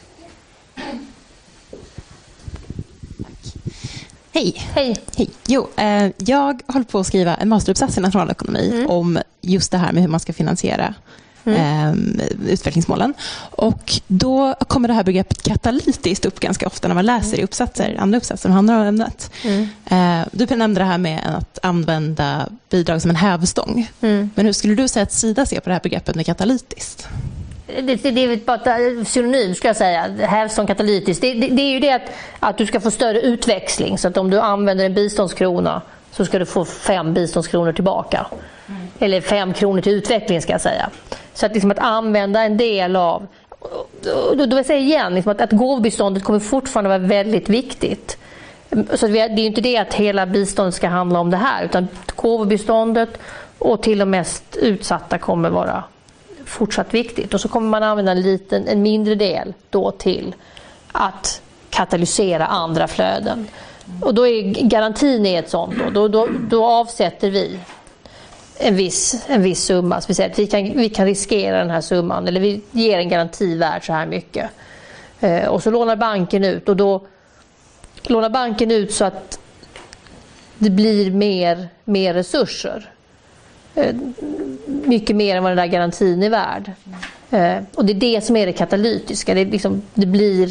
Hej. Hej. Hej. Jo, eh, jag håller på att skriva en masteruppsats i nationalekonomi mm. om just det här med hur man ska finansiera mm. eh, utvecklingsmålen. Och då kommer det här begreppet katalytiskt upp ganska ofta när man läser i uppsatser, andra uppsatser som handlar om ämnet. Mm. Eh, du nämnde det här med att använda bidrag som en hävstång. Mm. Men hur skulle du säga att Sida ser på det här begreppet med katalytiskt? Det, det, det är bara synonym, ska jag säga. Hävstång, katalytiskt. Det, det, det är ju det att, att du ska få större utväxling. Så att om du använder en biståndskrona så ska du få fem biståndskronor tillbaka. Mm. Eller fem kronor till utveckling, ska jag säga. Så att, liksom, att använda en del av... Då, då vill jag säga igen liksom, att, att gåvbiståndet kommer fortfarande vara väldigt viktigt. Så det är ju inte det att hela biståndet ska handla om det här. Utan gåvbiståndet och till de mest utsatta kommer vara fortsatt viktigt. Och så kommer man använda en, liten, en mindre del då till att katalysera andra flöden. Och då är garantin är ett sånt. Då, då, då, då avsätter vi en viss, en viss summa. Så vi säger att vi kan, vi kan riskera den här summan. Eller vi ger en garanti värd så här mycket. Eh, och så lånar banken ut. Och då lånar banken ut så att det blir mer, mer resurser. Eh, mycket mer än vad den där garantin är värd. Eh, och det är det som är det katalytiska. Det, är liksom, det blir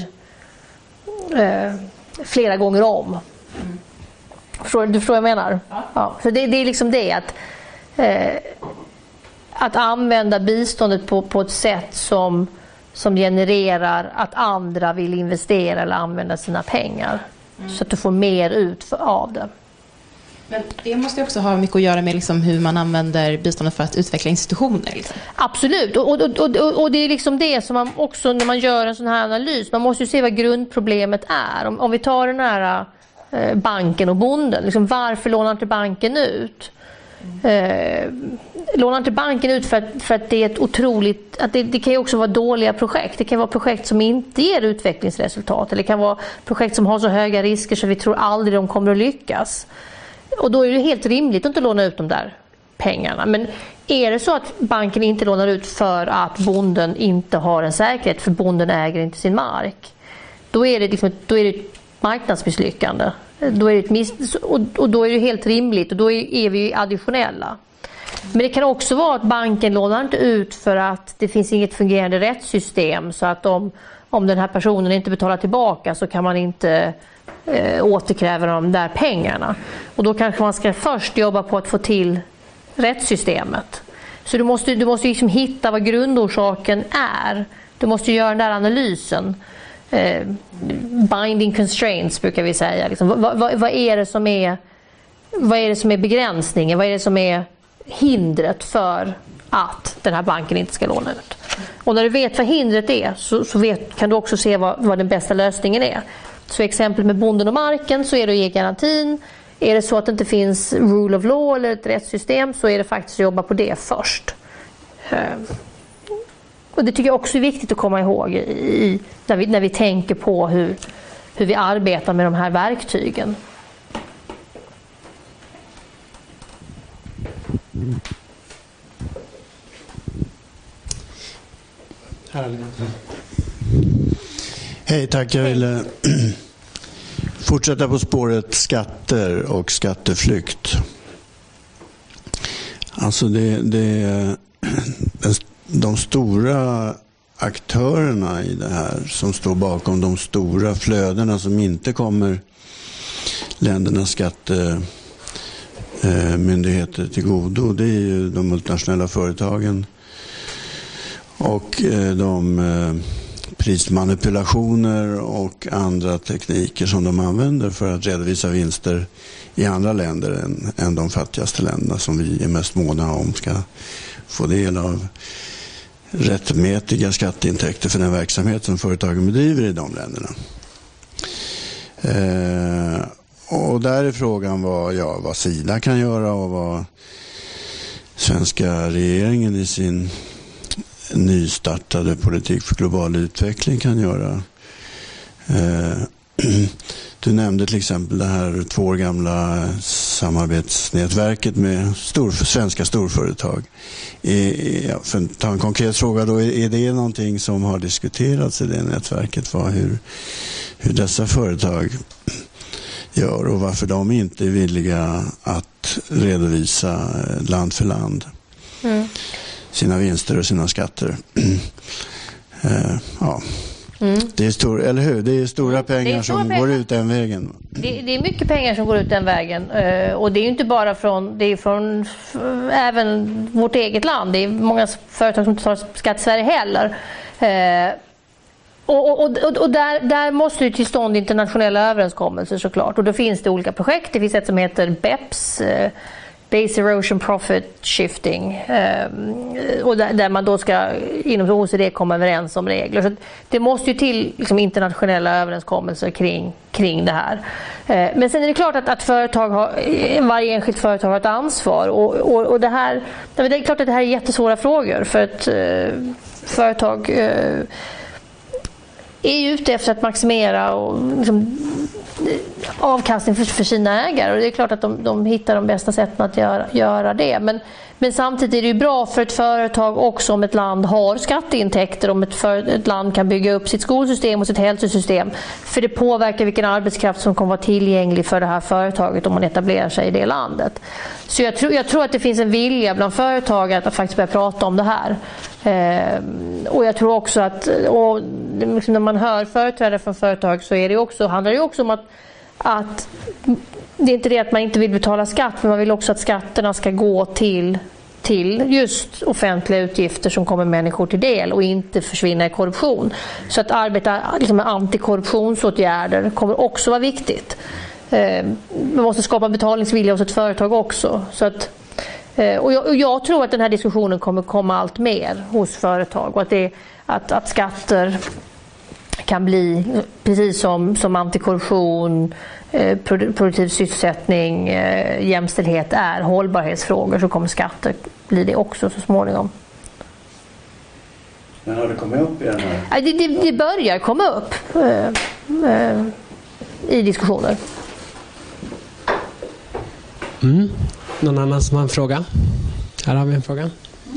eh, flera gånger om. Förstår, du förstår vad jag menar? Ja. Ja, så det, det är liksom det att eh, att använda biståndet på, på ett sätt som, som genererar att andra vill investera eller använda sina pengar. Mm. Så att du får mer ut för, av det. Men det måste också ha mycket att göra med liksom hur man använder biståndet för att utveckla institutioner. Liksom. Absolut. Och, och, och, och det är liksom det som man också, när man gör en sån här analys, man måste ju se vad grundproblemet är. Om, om vi tar den här eh, banken och bonden, liksom, varför lånar inte banken ut? Eh, lånar inte banken ut för att, för att det är ett otroligt, att det, det kan ju också vara dåliga projekt. Det kan vara projekt som inte ger utvecklingsresultat, eller det kan vara projekt som har så höga risker så vi tror aldrig de kommer att lyckas. Och då är det helt rimligt att inte låna ut de där pengarna. Men är det så att banken inte lånar ut för att bonden inte har en säkerhet, för bonden äger inte sin mark, då är det, liksom, då är det ett marknadsmisslyckande. Då är det ett miss- och, och då är det helt rimligt, och då är, är vi additionella. Men det kan också vara att banken lånar inte ut för att det finns inget fungerande rättssystem, så att om, om den här personen inte betalar tillbaka så kan man inte eh, återkräva de där pengarna. Och då kanske man ska först jobba på att få till rättssystemet. Så du måste, du måste liksom hitta vad grundorsaken är. Du måste göra den där analysen. Eh, binding constraints brukar vi säga. Liksom, vad, vad, vad, är det som är, vad är det som är begränsningen? Vad är det som är hindret för att den här banken inte ska låna ut. Och när du vet vad hindret är så, så vet, kan du också se vad, vad den bästa lösningen är. Så exempel med bonden och marken så är det att ge garantin. Är det så att det inte finns rule of law eller ett rättssystem så är det faktiskt att jobba på det först. Och det tycker jag också är viktigt att komma ihåg i, när, vi, när vi tänker på hur, hur vi arbetar med de här verktygen. Hej, tack. Jag ville fortsätta på spåret skatter och skatteflykt. Alltså det, det de stora aktörerna i det här som står bakom de stora flödena som inte kommer ländernas skattemyndigheter till godo, det är ju de multinationella företagen och de prismanipulationer och andra tekniker som de använder för att redovisa vinster i andra länder än, än de fattigaste länderna som vi är mest måna om ska få del av rättmätiga skatteintäkter för den verksamhet som företagen bedriver i de länderna. Eh, och där är frågan vad, ja, vad Sida kan göra och vad svenska regeringen i sin nystartade politik för global utveckling kan göra. Eh, du nämnde till exempel det här två år gamla samarbetsnätverket med stor, svenska storföretag. Är, ja, för att ta en konkret fråga då, är det någonting som har diskuterats i det nätverket? Vad, hur, hur dessa företag gör och varför de inte är villiga att redovisa land för land mm. sina vinster och sina skatter. uh, ja. Mm. Det är stor, eller hur? Det är stora pengar är stora som pengar. går ut den vägen. Det, det är mycket pengar som går ut den vägen. Uh, och det är ju inte bara från, det är från f- även vårt eget land. Det är många företag som inte tar skatt i Sverige heller. Uh, och och, och, och där, där måste ju till stånd internationella överenskommelser såklart. Och då finns det olika projekt. Det finns ett som heter B E P S, uh, Base Erosion Profit Shifting, och där man då ska inom O E C D komma överens om regler. Så det måste ju till liksom internationella överenskommelser kring, kring det här. Men sen är det klart att, att företag har, varje enskilt företag har ett ansvar. Och, och, och det, här, det är klart att det här är jättesvåra frågor för ett företag är ju ute efter att maximera och liksom, avkastning för, för sina ägare. Och det är klart att de, de hittar de bästa sätten att göra, göra det. Men, men samtidigt är det ju bra för ett företag också om ett land har skatteintäkter, om ett, för, ett land kan bygga upp sitt skolsystem och sitt hälsosystem. För det påverkar vilken arbetskraft som kommer vara tillgänglig för det här företaget om man etablerar sig i det landet. Så jag tror, jag tror att det finns en vilja bland företag att, att faktiskt börja prata om det här. Eh, och jag tror också att och liksom när man hör företrädare från företag så är det också, handlar det också om att, att det är inte det att man inte vill betala skatt, men man vill också att skatterna ska gå till, till just offentliga utgifter som kommer människor till del och inte försvinna i korruption. Så att arbeta liksom med antikorruptionsåtgärder kommer också vara viktigt. Eh, man måste skapa betalningsvilja hos ett företag också. Så att Och jag, och jag tror att den här diskussionen kommer komma allt mer hos företag och att, det, att, att skatter kan bli, precis som, som antikorruption, eh, produktiv sysselsättning, eh, jämställdhet är hållbarhetsfrågor, så kommer skatter bli det också så småningom. Men har det kommit upp igen här? Det, det, det börjar komma upp eh, eh, i diskussioner. Mm. Någon annan som har en fråga? Här har vi en fråga.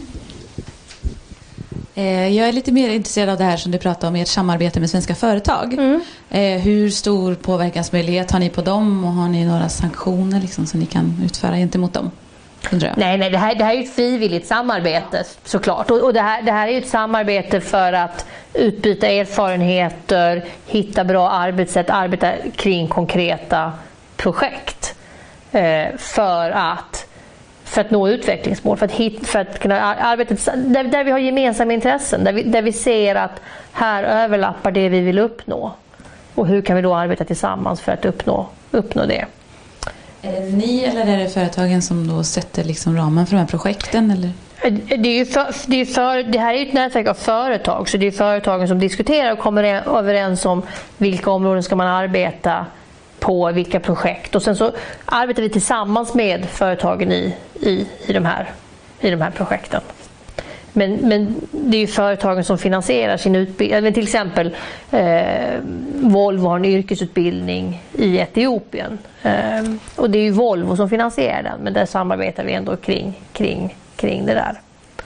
Jag är lite mer intresserad av det här som du pratade om, ert samarbete med svenska företag. Mm. Hur stor påverkansmöjlighet har ni på dem och har ni några sanktioner liksom, som ni kan utföra gentemot dem? Nej, nej det, här, det här är ju ett frivilligt samarbete såklart. Och, och det, här, det här är ju ett samarbete för att utbyta erfarenheter, hitta bra arbetssätt, arbeta kring konkreta projekt. För att, för att nå utvecklingsmål, för att, hit, för att kunna arbeta där, där vi har gemensamma intressen, där vi, där vi ser att här överlappar det vi vill uppnå. Och hur kan vi då arbeta tillsammans för att uppnå, uppnå det? Är det ni eller är det företagen som då sätter liksom ramen för de här projekten? Eller? Det, är ju för, det, är för, det här är ju ett nätverk av företag, så det är företagen som diskuterar och kommer överens om vilka områden ska man arbeta på, vilka projekt. Och sen så arbetar vi tillsammans med företagen i, i, i, de, här, i de här projekten. Men, men det är ju företagen som finansierar sin utbildning. Till exempel eh, Volvo har en yrkesutbildning i Etiopien. Eh, och det är ju Volvo som finansierar den, men där samarbetar vi ändå kring, kring, kring det där.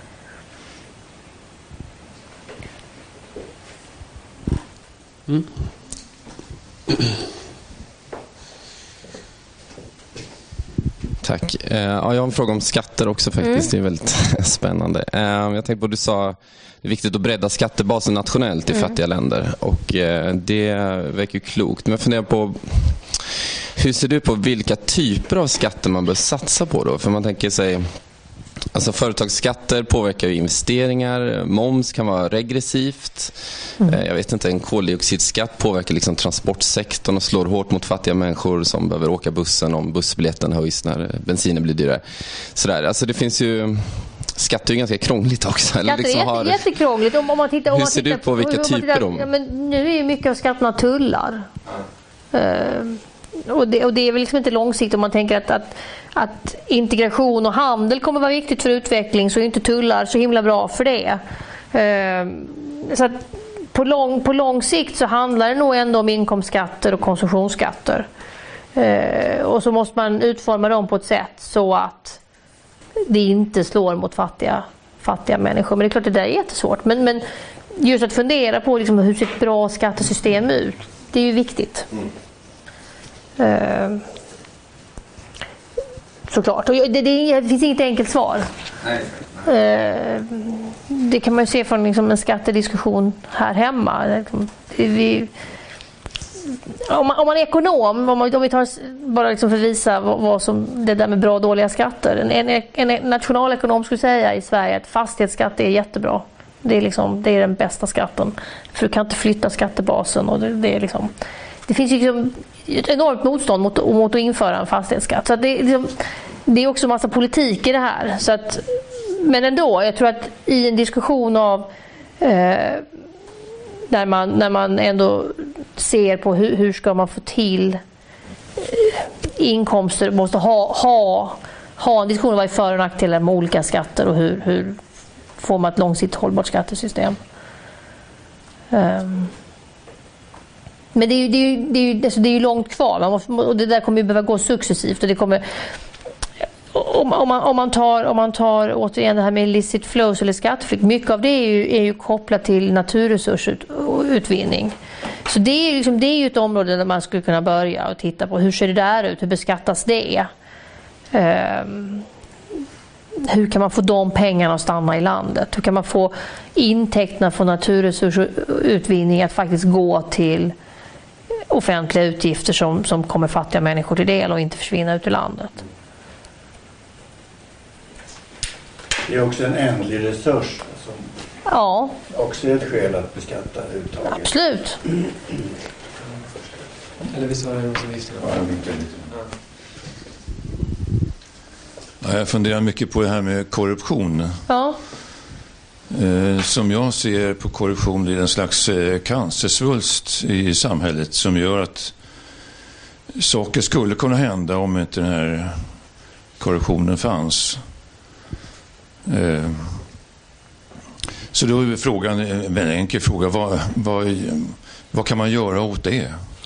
Mm. Tack. Ja, jag har en fråga om skatter också faktiskt. Mm. Det är väldigt spännande. Jag tänkte på att du sa att det är viktigt att bredda skattebasen nationellt i mm. fattiga länder. Och det verkar ju klokt. Men jag funderar på, hur ser du på vilka typer av skatter man bör satsa på då? För man tänker sig, alltså företagsskatter påverkar ju investeringar, moms kan vara regressivt. Mm. Jag vet inte, en koldioxidskatt påverkar liksom transportsektorn och slår hårt mot fattiga människor som behöver åka bussen om bussbiljetten höjs när bensinen blir dyrare. Sådär, alltså det finns ju, skatter är ju ganska krångligt också. Skatter liksom är jätte, jättekrångligt. Om, om man tittar, om hur man ser tittar, du på vilka om typer tittar, de? Ja, men nu är ju mycket av skatterna tullar. Mm. Uh, och, det, och det är väl liksom inte långsiktigt om man tänker att, att att integration och handel kommer vara viktigt för utveckling, så är inte tullar så himla bra för det. Så att på lång, på lång sikt så handlar det nog ändå om inkomstskatter och konsumtionsskatter. Och så måste man utforma dem på ett sätt så att det inte slår mot fattiga, fattiga människor. Men det är klart att det där är jättesvårt. Men, men just att fundera på liksom hur ser ett bra skattesystem ut, det är ju viktigt. Mm. Såklart. Och det, det, det finns inget enkelt svar. Nej, nej. Det kan man ju se från liksom en skattediskussion här hemma. Vi, om, man, om man är ekonom, om, man, om vi tar bara liksom för att visa vad, vad som, det där med bra och dåliga skatter. En, en, en nationalekonom skulle säga i Sverige att fastighetsskatt är jättebra. Det är, liksom, det är den bästa skatten. För du kan inte flytta skattebasen. Och det, det, är liksom, det finns ju liksom ett enormt motstånd mot, mot att införa en fastighetsskatt. Så att det, liksom, det är också massa politik i det här. Så att, men ändå, jag tror att i en diskussion av eh, när, man, när man ändå ser på hur, hur ska man få till eh, inkomster, måste ha, ha, ha en diskussion om vad är för- och nackdelar med olika skatter och hur, hur får man ett långsiktigt hållbart skattesystem. Um. Men det är ju, det är ju, det är ju, alltså det är ju långt kvar. Man måste, och det där kommer ju behöva gå successivt. Och det kommer, om, om, man, om, man tar, om man tar återigen det här med illicit flows eller skatteflykt. Mycket av det är ju, är ju kopplat till naturresursutvinning. Så det är, liksom, det är ju ett område där man skulle kunna börja och titta på hur ser det där ut? Hur beskattas det? Um, hur kan man få de pengarna att stanna i landet? Hur kan man få intäkterna från naturresursutvinning att faktiskt gå till offentliga utgifter som, som kommer fattiga människor till del och inte försvinna ut ur landet? Det är också en ändlig resurs som ja. också är ett skäl att beskatta uttaget. Absolut. Mm. Eller visst var det någon som visste? Ja, mycket lite. Ja, jag funderar mycket på det här med korruption. Ja. Som jag ser på korruption är en slags cancersvulst i samhället som gör att saker skulle kunna hända om inte den här korruptionen fanns. Så då är frågan, en väldigt enkel fråga, vad, vad, vad kan man göra åt det?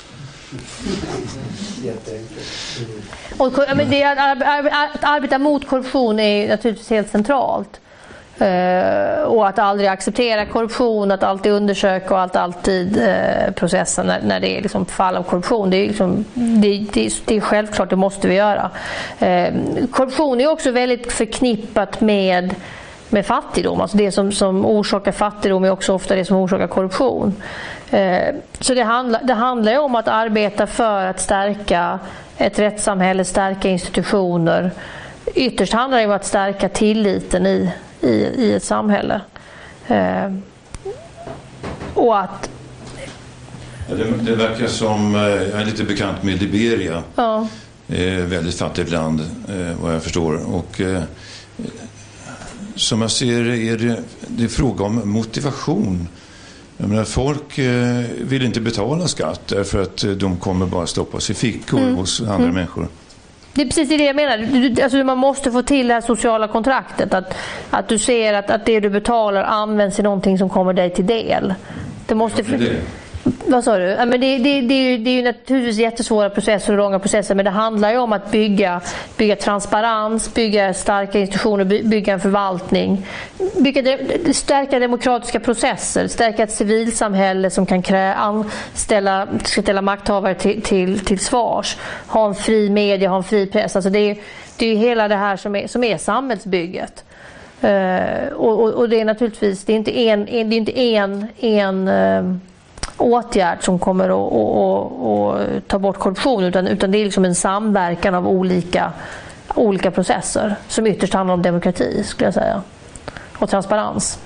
Och, men det, att arbeta mot korruption är naturligtvis helt centralt. Uh, och att aldrig acceptera korruption, att alltid undersöka och att alltid uh, processa när, när det är liksom fall av korruption. Det är, liksom, det, det, det är självklart, det måste vi göra. Uh, korruption är också väldigt förknippat med, med fattigdom. Alltså det som, som orsakar fattigdom är också ofta det som orsakar korruption. Uh, så det handlar, det handlar ju om att arbeta för att stärka ett rättssamhälle, stärka institutioner. Ytterst handlar det om att stärka tilliten i I, i ett samhälle. Eh, och att... Ja, det, det verkar som, jag är lite bekant med Liberia. Ja. Eh, väldigt fattigt land, eh, vad jag förstår. Och eh, som jag ser det är det, det är fråga om motivation. Jag menar, folk eh, vill inte betala skatt därför att eh, de kommer bara stoppas i fickor mm. hos andra mm. människor. Det är precis det jag menar. Du, alltså man måste få till det här sociala kontraktet. Att, att du ser att, att det du betalar används i någonting som kommer dig till del. Det måste... Ja, det. Vad sa du? Ja, men det, det, det, är ju, det är ju naturligtvis jättesvåra processer och långa processer, men det handlar ju om att bygga, bygga transparens, bygga starka institutioner, bygga en förvaltning, bygga de, stärka demokratiska processer, stärka ett civilsamhälle som kan krä, anställa, ställa makthavare till, till, till svars, ha en fri media, ha en fri press. Alltså det är, det är ju hela det här som är, som är samhällsbygget. Uh, och, och, och det är naturligtvis det är inte en, en, det är inte en, en uh, åtgärd som kommer att, att, att, att ta bort korruption, utan, utan det är liksom en samverkan av olika, olika processer som ytterst handlar om demokrati, skulle jag säga, och transparens.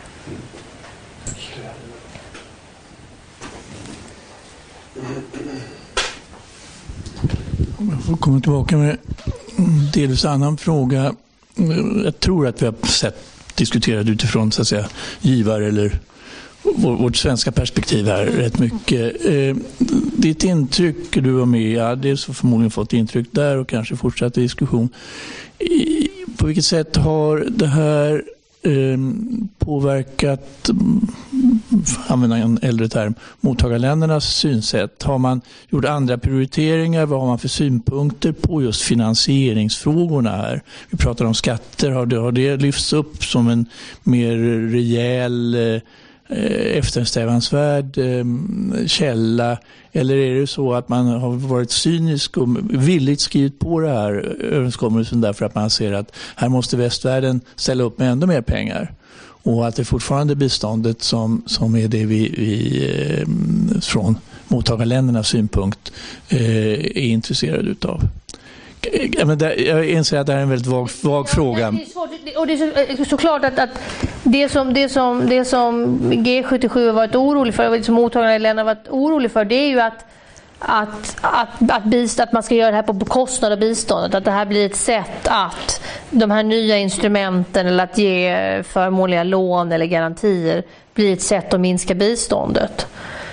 Jag får komma tillbaka med delvis annan fråga. Jag tror att vi har sett diskuterat utifrån så att säga givar eller vårt svenska perspektiv här rätt mycket. Eh, ditt intryck, du var med, ja, det är så förmodligen fått intryck där och kanske fortsatt diskussion. I, på vilket sätt har det här eh, påverkat, använda en äldre term, mottagarländernas synsätt? Har man gjort andra prioriteringar? Vad har man för synpunkter på just finansieringsfrågorna här? Vi pratar om skatter, har det, har det lyfts upp som en mer rejäl eh, eftersträvansvärd eh, källa, eller är det så att man har varit cynisk och villigt skrivit på det här överenskommelsen därför att man ser att här måste västvärlden ställa upp med ännu mer pengar och att det fortfarande är biståndet som, som är det vi, vi eh, från mottagarländernas synpunkt eh, är intresserade utav? Ja, men där, jag inser att det här är en väldigt vag, vag fråga. Det är svårt, och det är så, såklart att, att det, som, det, som, det som G sjuttiosju har varit orolig för, och som mottagarländerna har varit orolig för, det är ju att, att, att, att, bist, att man ska göra det här på bekostnad av biståndet. Att det här blir ett sätt att de här nya instrumenten eller att ge förmånliga lån eller garantier blir ett sätt att minska biståndet.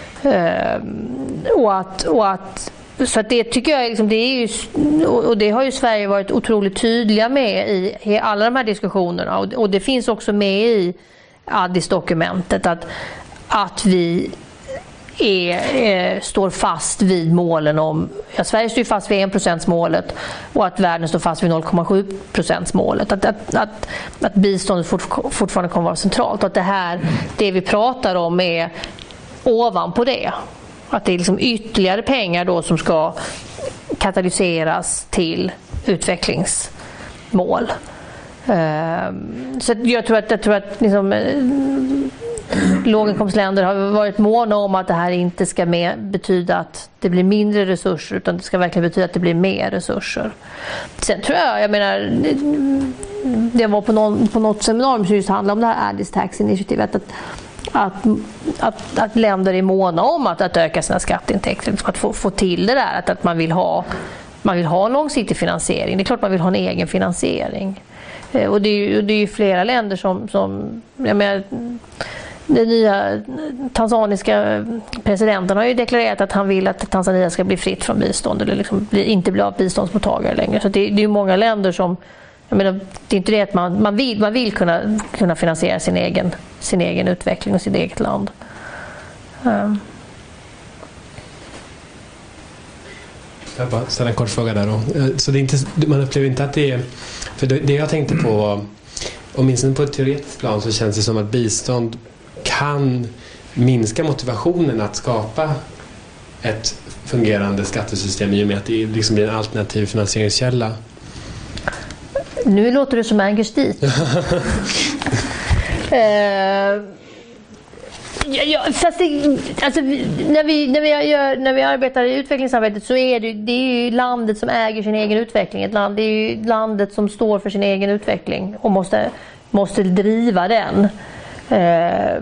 Ehm, och att... Och att Så att det tycker jag liksom, det är ju, och det har ju Sverige varit otroligt tydliga med i alla de här diskussionerna, och, och det finns också med i Addis-dokumentet att, att vi är, är, står fast vid målen om, ja, Sverige står fast vid en procents målet och att världen står fast vid noll komma sju procents målet, att, att, att, att biståndet fort, fortfarande kommer vara centralt, och att det här, det vi pratar om är ovanpå det. Att det är liksom ytterligare pengar då som ska katalyseras till utvecklingsmål. Så jag tror att, jag tror att liksom, låginkomstländer har varit måna om att det här inte ska med betyda att det blir mindre resurser, utan det ska verkligen betyda att det blir mer resurser. Sen tror jag, jag menar, det var på, någon, på något seminarium som just handlade om det här Addis Tax Initiative, att Att, att, att länder är måna om att, att öka sina skatteintäkter, att få, få till det där, att, att man vill ha man vill ha en långsiktig finansiering. Det är klart man vill ha en egen finansiering. Eh, och det är ju, det är ju flera länder som, som jag menar, den nya tanzaniska presidenten har ju deklarerat att han vill att Tanzania ska bli fritt från bistånd, eller liksom bli, inte bli av biståndsmottagare längre. Så det, det är ju många länder som, jag menar, det är inte det att man, man vill, man vill kunna, kunna finansiera sin egen, sin egen utveckling och sitt eget land. Um. Jag bara ställa en kort fråga där då. Så det är inte, man upplever inte att det är, för det jag tänkte på var, åtminstone på ett teoretiskt plan, så känns det som att bistånd kan minska motivationen att skapa ett fungerande skattesystem i och med att det liksom blir en alternativ finansieringskälla. Nu låter det som Angus dit. uh, ja, ja, fast det, alltså, när, vi, när, vi gör, när vi arbetar i utvecklingsarbetet så är det, det är ju landet som äger sin egen utveckling. Ett land, det är ju landet som står för sin egen utveckling och måste, måste driva den. Uh,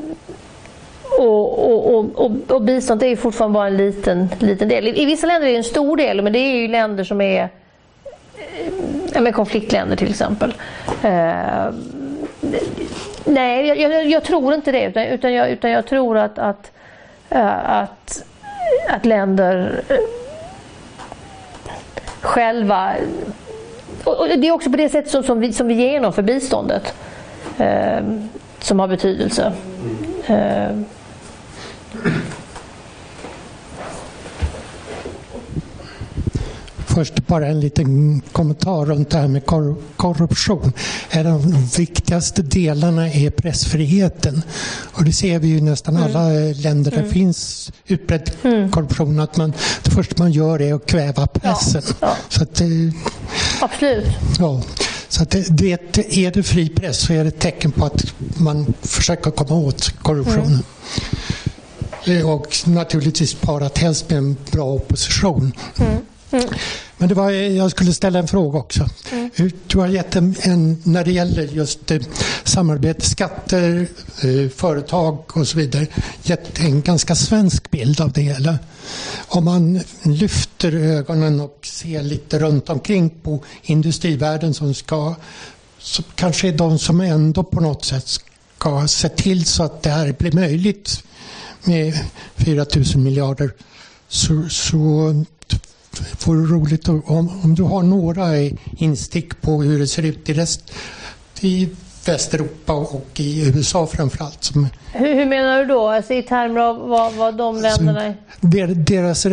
och, och, och, och, och bistånd är ju fortfarande bara en liten, liten del. I, I vissa länder är det en stor del, men det är ju länder som är med konfliktländer till exempel. nej, jag, jag, jag tror inte det. Utan, utan, jag, utan jag tror att, att, äh, att, att länder äh, själva... Och, och det är också på det sättet som, som, vi, som vi genomför biståndet äh, som har betydelse. Äh, Först bara en liten kommentar runt det här med kor- korruption. En av de viktigaste delarna är pressfriheten. Och det ser vi ju i nästan alla mm. länder där det mm. finns utbredd mm. korruption. Att man, det första man gör är att kväva pressen. Ja, ja. Så att, absolut. Ja. Så att det, det, är det fri press så är det ett tecken på att man försöker komma åt korruptionen. Mm. Och naturligtvis parat helst med en bra opposition. Mm. Mm. Men det var, jag skulle ställa en fråga också. Mm. Du har gett en, en, när det gäller just eh, samarbete, skatter, eh, företag och så vidare, gett en ganska svensk bild av det hela. Om man lyfter ögonen och ser lite runt omkring på industrivärlden som ska, så kanske är de som ändå på något sätt ska se till så att det här blir möjligt med fyra tusen miljarder, så, så vore roligt om, om du har några instick på hur det ser ut i rest i Västeuropa och i U S A framförallt. Som, hur, hur menar du då? Alltså i termer av vad, vad de länderna är? Deras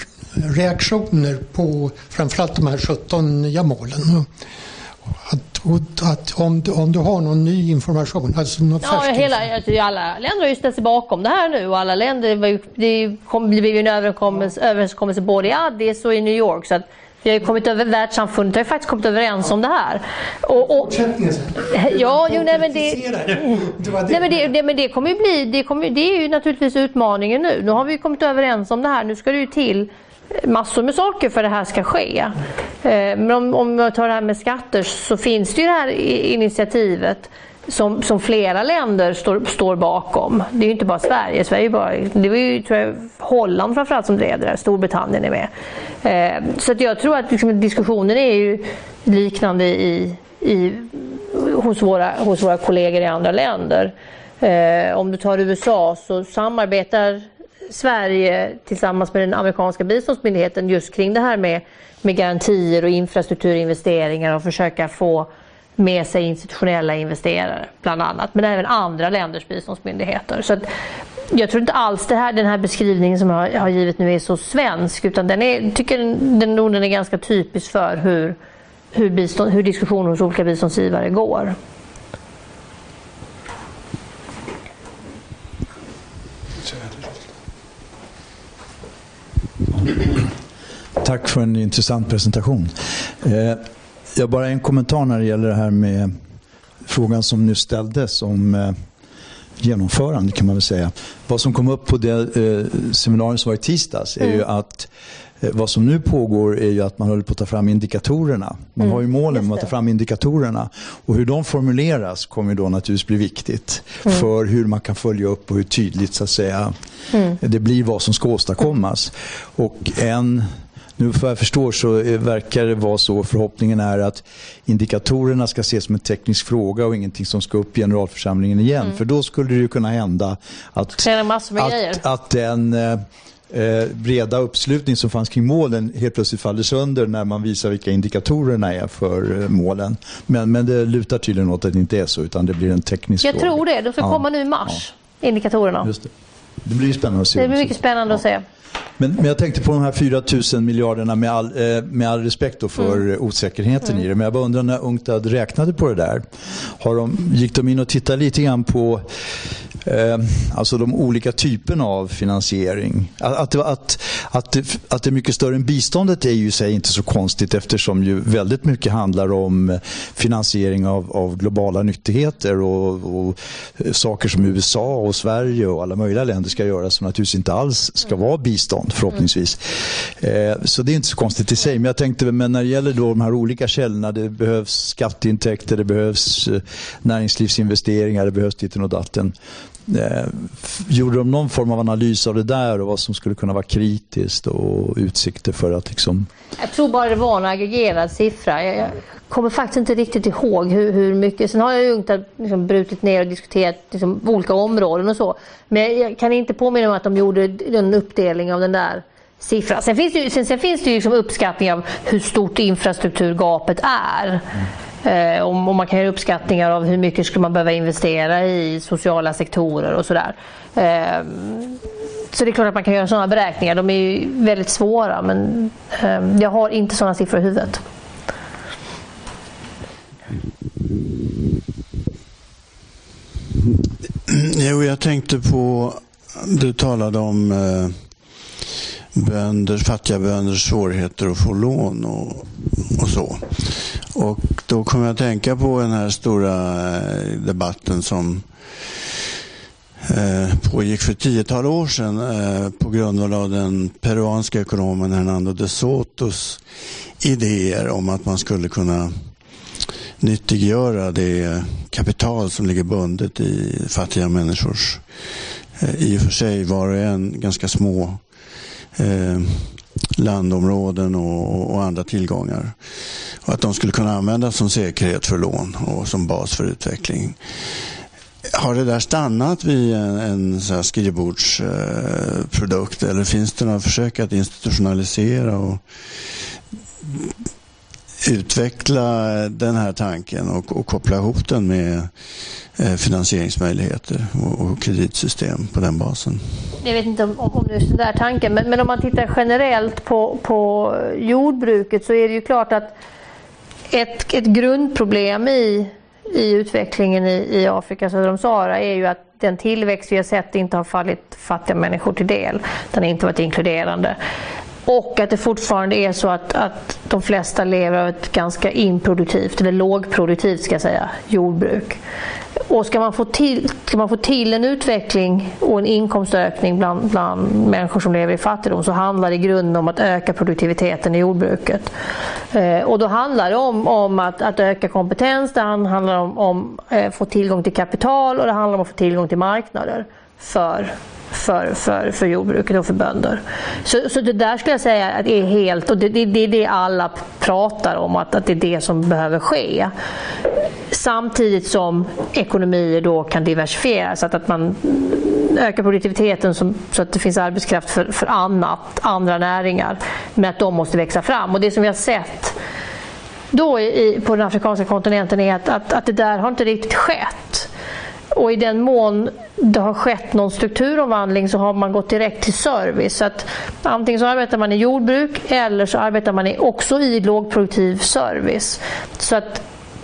reaktioner på framförallt de här sjutton nya målen. Att, att om, du, om du har någon ny information, alltså någon ja, hela, alltså, alla länder har ju ställt sig bakom det här nu, och alla länder, det kom, blev ju en överenskommelse, överenskommelse både i Addis och i New York, så att vi har ju kommit över, världssamfundet har ju faktiskt kommit överens om det här. Och, och, ja, jo, nej, men det, nej, men det, det, men det kommer ju bli, det, kommer, det är ju naturligtvis utmaningen nu. Nu har vi ju kommit överens om det här, nu ska det ju till massor med saker för det här ska ske. Men om, om jag tar det här med skatter, så finns det ju det här initiativet som, som flera länder står, står bakom. Det är ju inte bara Sverige. Sverige bara, det var ju, tror jag, Holland framförallt som drev det där. Storbritannien är med. Så att jag tror att liksom, diskussionen är ju liknande i, i, hos, våra, hos våra kollegor i andra länder. Om du tar U S A, så samarbetar Sverige tillsammans med den amerikanska biståndsmyndigheten just kring det här med, med garantier och infrastrukturinvesteringar, och försöka få med sig institutionella investerare bland annat, men även andra länders biståndsmyndigheter. Så att jag tror inte alls det här, den här beskrivningen som jag har givit nu är så svensk, utan den är, tycker den, den, den är ganska typisk för hur, hur, bistånd, hur diskussioner hos olika biståndsgivare går. Tack för en intressant presentation. Eh, jag bara en kommentar när det gäller det här med frågan som nu ställdes om eh, genomförande, kan man väl säga. Vad som kom upp på det eh, seminarium som var i tisdags är mm. ju att eh, vad som nu pågår är ju att man håller på att ta fram indikatorerna. Man mm. har ju målen med att ta fram indikatorerna, och hur de formuleras kommer då naturligtvis bli viktigt mm. för hur man kan följa upp och hur tydligt, så att säga, mm. det blir vad som ska åstadkommas. Och en Nu för jag förstår så verkar det vara så, förhoppningen är att indikatorerna ska ses som en teknisk fråga och ingenting som ska upp i generalförsamlingen igen. Mm. För då skulle det ju kunna hända att, att, att den eh, breda uppslutning som fanns kring målen helt plötsligt faller sönder när man visar vilka indikatorerna är för eh, målen. Men, men det lutar tydligen åt att det inte är så, utan det blir en teknisk jag fråga. Jag tror det, de ska ja. komma nu i mars, ja. indikatorerna. Just det. Det blir spännande att se. Det blir mycket spännande ja. att se. Men, men jag tänkte på de här fyra tusen miljarderna med all, eh, med all respekt då för mm. osäkerheten mm. i det. Men jag bara undrar, när UNCTAD räknade på det där, har de, gick de in och tittade lite grann på eh, alltså de olika typerna av finansiering? Att, att, att, att, det, att det är mycket större än biståndet är ju i sig inte så konstigt, eftersom ju väldigt mycket handlar om finansiering av, av globala nyttigheter och, och saker som U S A och Sverige och alla möjliga länder ska göra, som naturligtvis inte alls ska vara bistånd förhoppningsvis. Mm. Eh, så det är inte så konstigt i sig. Men jag tänkte, men när det gäller då de här olika källorna, det behövs skatteintäkter, det behövs eh, näringslivsinvesteringar, det behövs ditten och datten. Eh, gjorde de någon form av analys av det där och vad som skulle kunna vara kritiskt och utsikter för att liksom... Jag tror bara det var en aggregerad siffra. Jag, jag kommer faktiskt inte riktigt ihåg hur, hur mycket. Sen har jag ju inte liksom brutit ner och diskuterat liksom olika områden och så. Men jag kan inte påminna mig att de gjorde en uppdelning av den där siffran. Sen finns det ju, sen, sen finns det ju liksom uppskattning av hur stort infrastrukturgapet är. Mm. Eh, och man kan göra uppskattningar av hur mycket skulle man behöva investera i sociala sektorer och sådär. Eh, så det är klart att man kan göra sådana beräkningar. De är ju väldigt svåra, men eh, jag har inte sådana siffror i huvudet. Jo, jag tänkte på, du talade om eh, bönder, fattiga bönders svårigheter att få lån och, och så. Och då kommer jag att tänka på den här stora debatten som eh, pågick för tiotal år sedan eh, på grundval av den peruanska ekonomen Hernando de Sotos idéer om att man skulle kunna nyttiggöra det kapital som ligger bundet i fattiga människors eh, i och för sig var och en ganska små eh, landområden och, och andra tillgångar. Och att de skulle kunna användas som säkerhet för lån och som bas för utveckling. Har det där stannat vid en, en så här skrivbordsprodukt eh, eller finns det några försök att institutionalisera och utveckla den här tanken och, och koppla ihop den med eh, finansieringsmöjligheter och, och kreditsystem på den basen? Jag vet inte om, om det är den där tanken, men, men om man tittar generellt på, på jordbruket så är det ju klart att ett, ett grundproblem i, i utvecklingen i, i Afrika söder om Sahara är ju att den tillväxt vi har sett inte har fallit fattiga människor till del. Den har inte varit inkluderande. Och att det fortfarande är så att, att de flesta lever av ett ganska improduktivt, eller lågproduktivt ska jag säga, jordbruk. Och ska man få till, ska man få till en utveckling och en inkomstökning bland, bland människor som lever i fattigdom så handlar det i grunden om att öka produktiviteten i jordbruket. Eh, och då handlar det om, om att, att öka kompetens, det handlar om, om att eh, få tillgång till kapital och det handlar om att få tillgång till marknader för För, för, för jordbruket och för bönder. Så, så det där skulle jag säga att det är helt, och det, det, det är det alla pratar om, att, att det är det som behöver ske. Samtidigt som ekonomier då kan diversifieras, så att, att man ökar produktiviteten som, så att det finns arbetskraft för, för annat, andra näringar, men att de måste växa fram. Och det som vi har sett då i, på den afrikanska kontinenten är att, att, att det där har inte riktigt skett. Och i den mån det har skett någon strukturomvandling så har man gått direkt till service. Så att antingen så arbetar man i jordbruk eller så arbetar man också i lågproduktiv service. Så att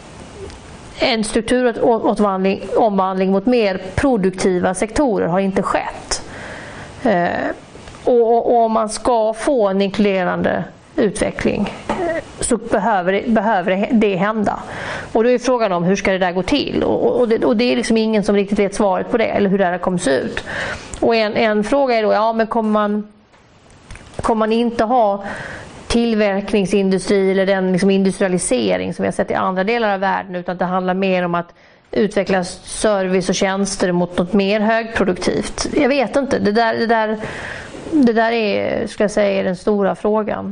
en strukturomvandling omvandling mot mer produktiva sektorer har inte skett. Eh, och, och, och om man ska få en inkluderande utveckling så behöver det, behöver det hända. Och då är frågan om hur ska det där gå till. Och, och, det, och det är liksom ingen som riktigt vet svaret på det eller hur det här kommer se ut. Och en, en fråga är då, ja men kommer man, kommer man inte ha tillverkningsindustri eller den liksom industrialisering som vi har sett i andra delar av världen, utan det handlar mer om att utveckla service och tjänster mot något mer högproduktivt. Jag vet inte, det där, det där, det där är, ska jag säga, är den stora frågan.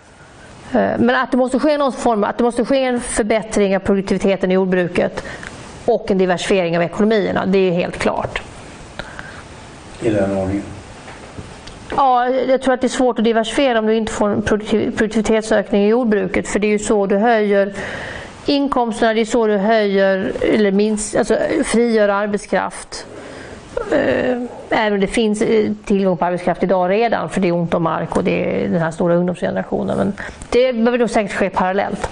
Men att det måste ske någon form, att det måste ske en förbättring av produktiviteten i jordbruket och en diversifiering av ekonomierna, det är helt klart. I den ordningen? Ja, jag tror att det är svårt att diversifiera om du inte får en produktiv, produktivitetsökning i jordbruket, för det är ju så du höjer inkomsterna, det är så du höjer eller minst, alltså frigör arbetskraft. Även om det finns tillgång på arbetskraft idag redan, för det är ont om mark och det är den här stora ungdomsgenerationen, men det behöver då säkert ske parallellt.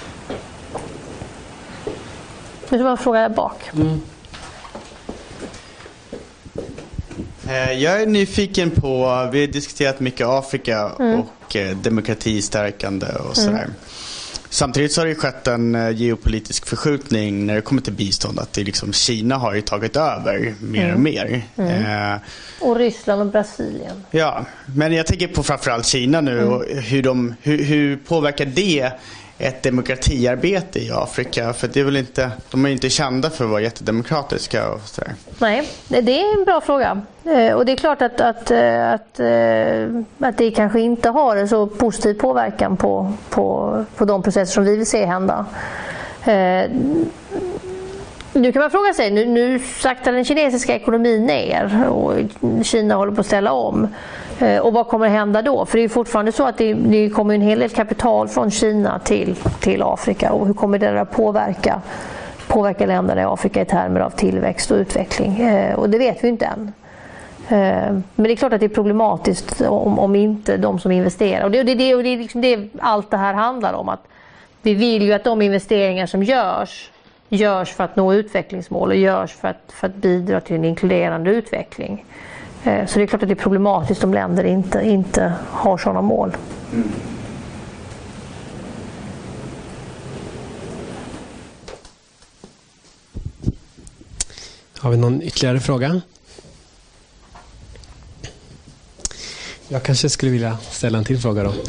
Nu ska man fråga där bak. Mm. Jag är nyfiken på, vi har diskuterat mycket Afrika mm. och demokratistärkande och sådär. Mm. Samtidigt så har det skett en geopolitisk förskjutning när det kommer till bistånd, att det liksom, Kina har ju tagit över mer mm. och mer. Mm. Eh, och Ryssland och Brasilien. Ja, men jag tänker på framförallt Kina nu mm. och hur, de, hur, hur påverkar det ett demokratiarbete i Afrika? För det är väl inte, de är ju inte kända för att vara jättedemokratiska och sådär. Nej, det är en bra fråga. Och det är klart att, att, att, att det kanske inte har en så positiv påverkan på, på, på de processer som vi vill se hända. Nu kan man fråga sig, nu, nu saktar den kinesiska ekonomin ner och Kina håller på att ställa om. Och vad kommer att hända då? För det är fortfarande så att det, det kommer en hel del kapital från Kina till, till Afrika. Och hur kommer det att påverka, påverka länderna i Afrika i termer av tillväxt och utveckling? Och det vet vi inte än. Men det är klart att det är problematiskt om, om inte de som investerar. Och det, det, det, och det är liksom det allt det här handlar om. Att vi vill ju att de investeringar som görs görs för att nå utvecklingsmål och görs för att, för att bidra till en inkluderande utveckling. Så det är klart att det är problematiskt om länder inte, inte har sådana mål. Mm. Har vi någon ytterligare fråga? Jag kanske skulle vilja ställa en till fråga då.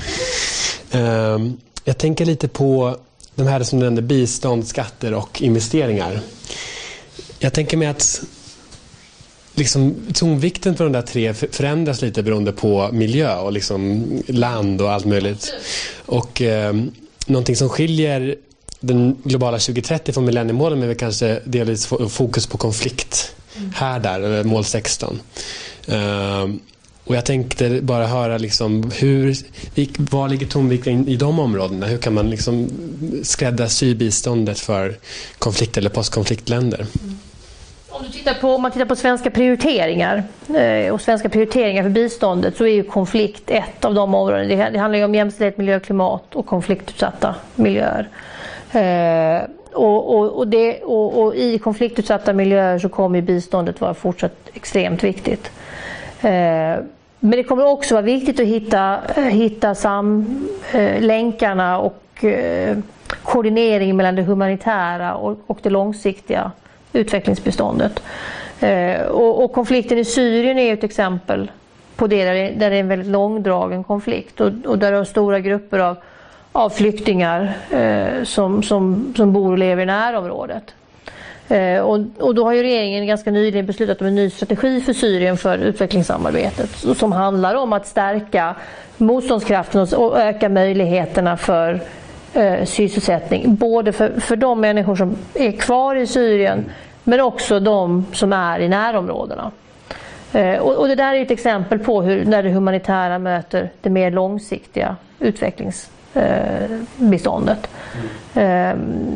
Jag tänker lite på de här som nämnde bistånd, skatter och investeringar. Jag tänker mig att liksom, tonvikten på de där tre förändras lite beroende på miljö och liksom land och allt möjligt. Och eh, någonting som skiljer den globala tjugo trettio från millenniemålen är väl kanske delvis fokus på konflikt här där, mål sexton. Eh, och jag tänkte bara höra liksom hur, var ligger tonvikten i de områdena? Hur kan man liksom skräddarsy biståndet för konflikt- eller postkonfliktländer? Mm. Om, du tittar på, om man tittar på svenska prioriteringar eh, och svenska prioriteringar för biståndet så är ju konflikt ett av de områden. Det, det handlar ju om jämställdhet, miljö, klimat och konfliktutsatta miljöer. Eh, och, och, och, det, och, och i konfliktutsatta miljöer så kommer biståndet vara fortsatt extremt viktigt. Eh, men det kommer också vara viktigt att hitta, hitta sam, eh, länkarna och eh, koordinering mellan det humanitära och, och det långsiktiga utvecklingsbiståndet. Eh, och, och konflikten i Syrien är ett exempel på det där det, där det är en väldigt långdragen konflikt och, och där det är stora grupper av, av flyktingar eh, som, som, som bor och lever i närområdet. Eh, och, och då har ju regeringen ganska nyligen beslutat om en ny strategi för Syrien för utvecklingssamarbetet som handlar om att stärka motståndskraften och, och öka möjligheterna för eh, sysselsättning. Både för, för de människor som är kvar i Syrien men också de som är i närområdena. Eh, och, och det där är ett exempel på hur när det humanitära möter det mer långsiktiga utvecklingsbiståndet. Mm. Eh,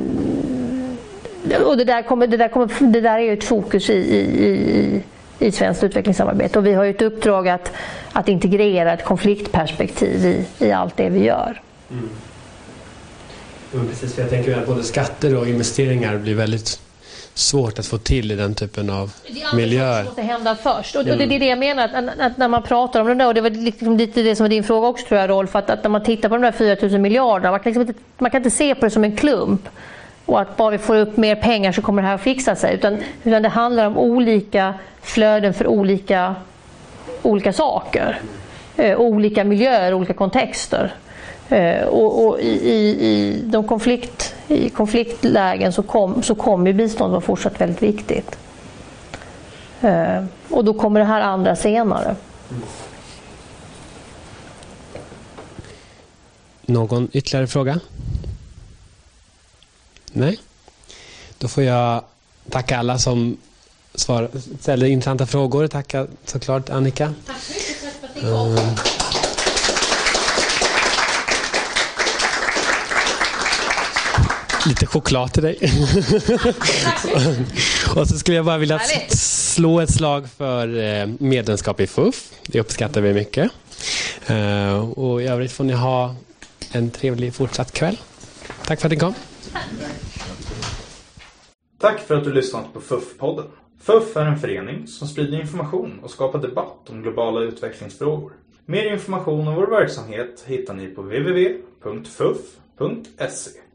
Och det där, kommer, det, där kommer, det där är ju ett fokus i, i, i, i svenskt utvecklingssamarbete. Och vi har ju ett uppdrag att, att integrera ett konfliktperspektiv i, i allt det vi gör. Mm. Ja, precis, för jag tänker att både skatter och investeringar blir väldigt svårt att få till i den typen av miljöer. Det måste hända först. Och det, mm. det är det jag menar, att, att när man pratar om det där, och det var liksom lite det som var din fråga också tror jag, Rolf, för att, att när man tittar på de där fyra tusen miljarderna, man kan, liksom inte, man kan inte se på det som en klump. Och att bara vi får upp mer pengar så kommer det här att fixa sig. Utan, utan det handlar om olika flöden för olika, olika saker. Eh, olika miljöer, olika kontexter. Eh, och och i, i, de konflikt, i konfliktlägen så, kom, så kommer bistånd vara fortsatt väldigt viktigt. Eh, och då kommer det här andra senare. Någon ytterligare fråga? Nej. Då får jag tacka alla som svar, ställde intressanta frågor. Tacka såklart Annika. Tack så mycket för att ni kom. Um. Lite choklad till dig. Och så skulle jag bara vilja slå ett slag för medlemskap i F U F. Det uppskattar vi mycket. Och i övrigt får ni ha en trevlig fortsatt kväll. Tack för att ni kom. Tack för att du lyssnat på F U F-podden. F U F är en förening som sprider information och skapar debatt om globala utvecklingsfrågor. Mer information om vår verksamhet hittar ni på w w w punkt f u f punkt s e.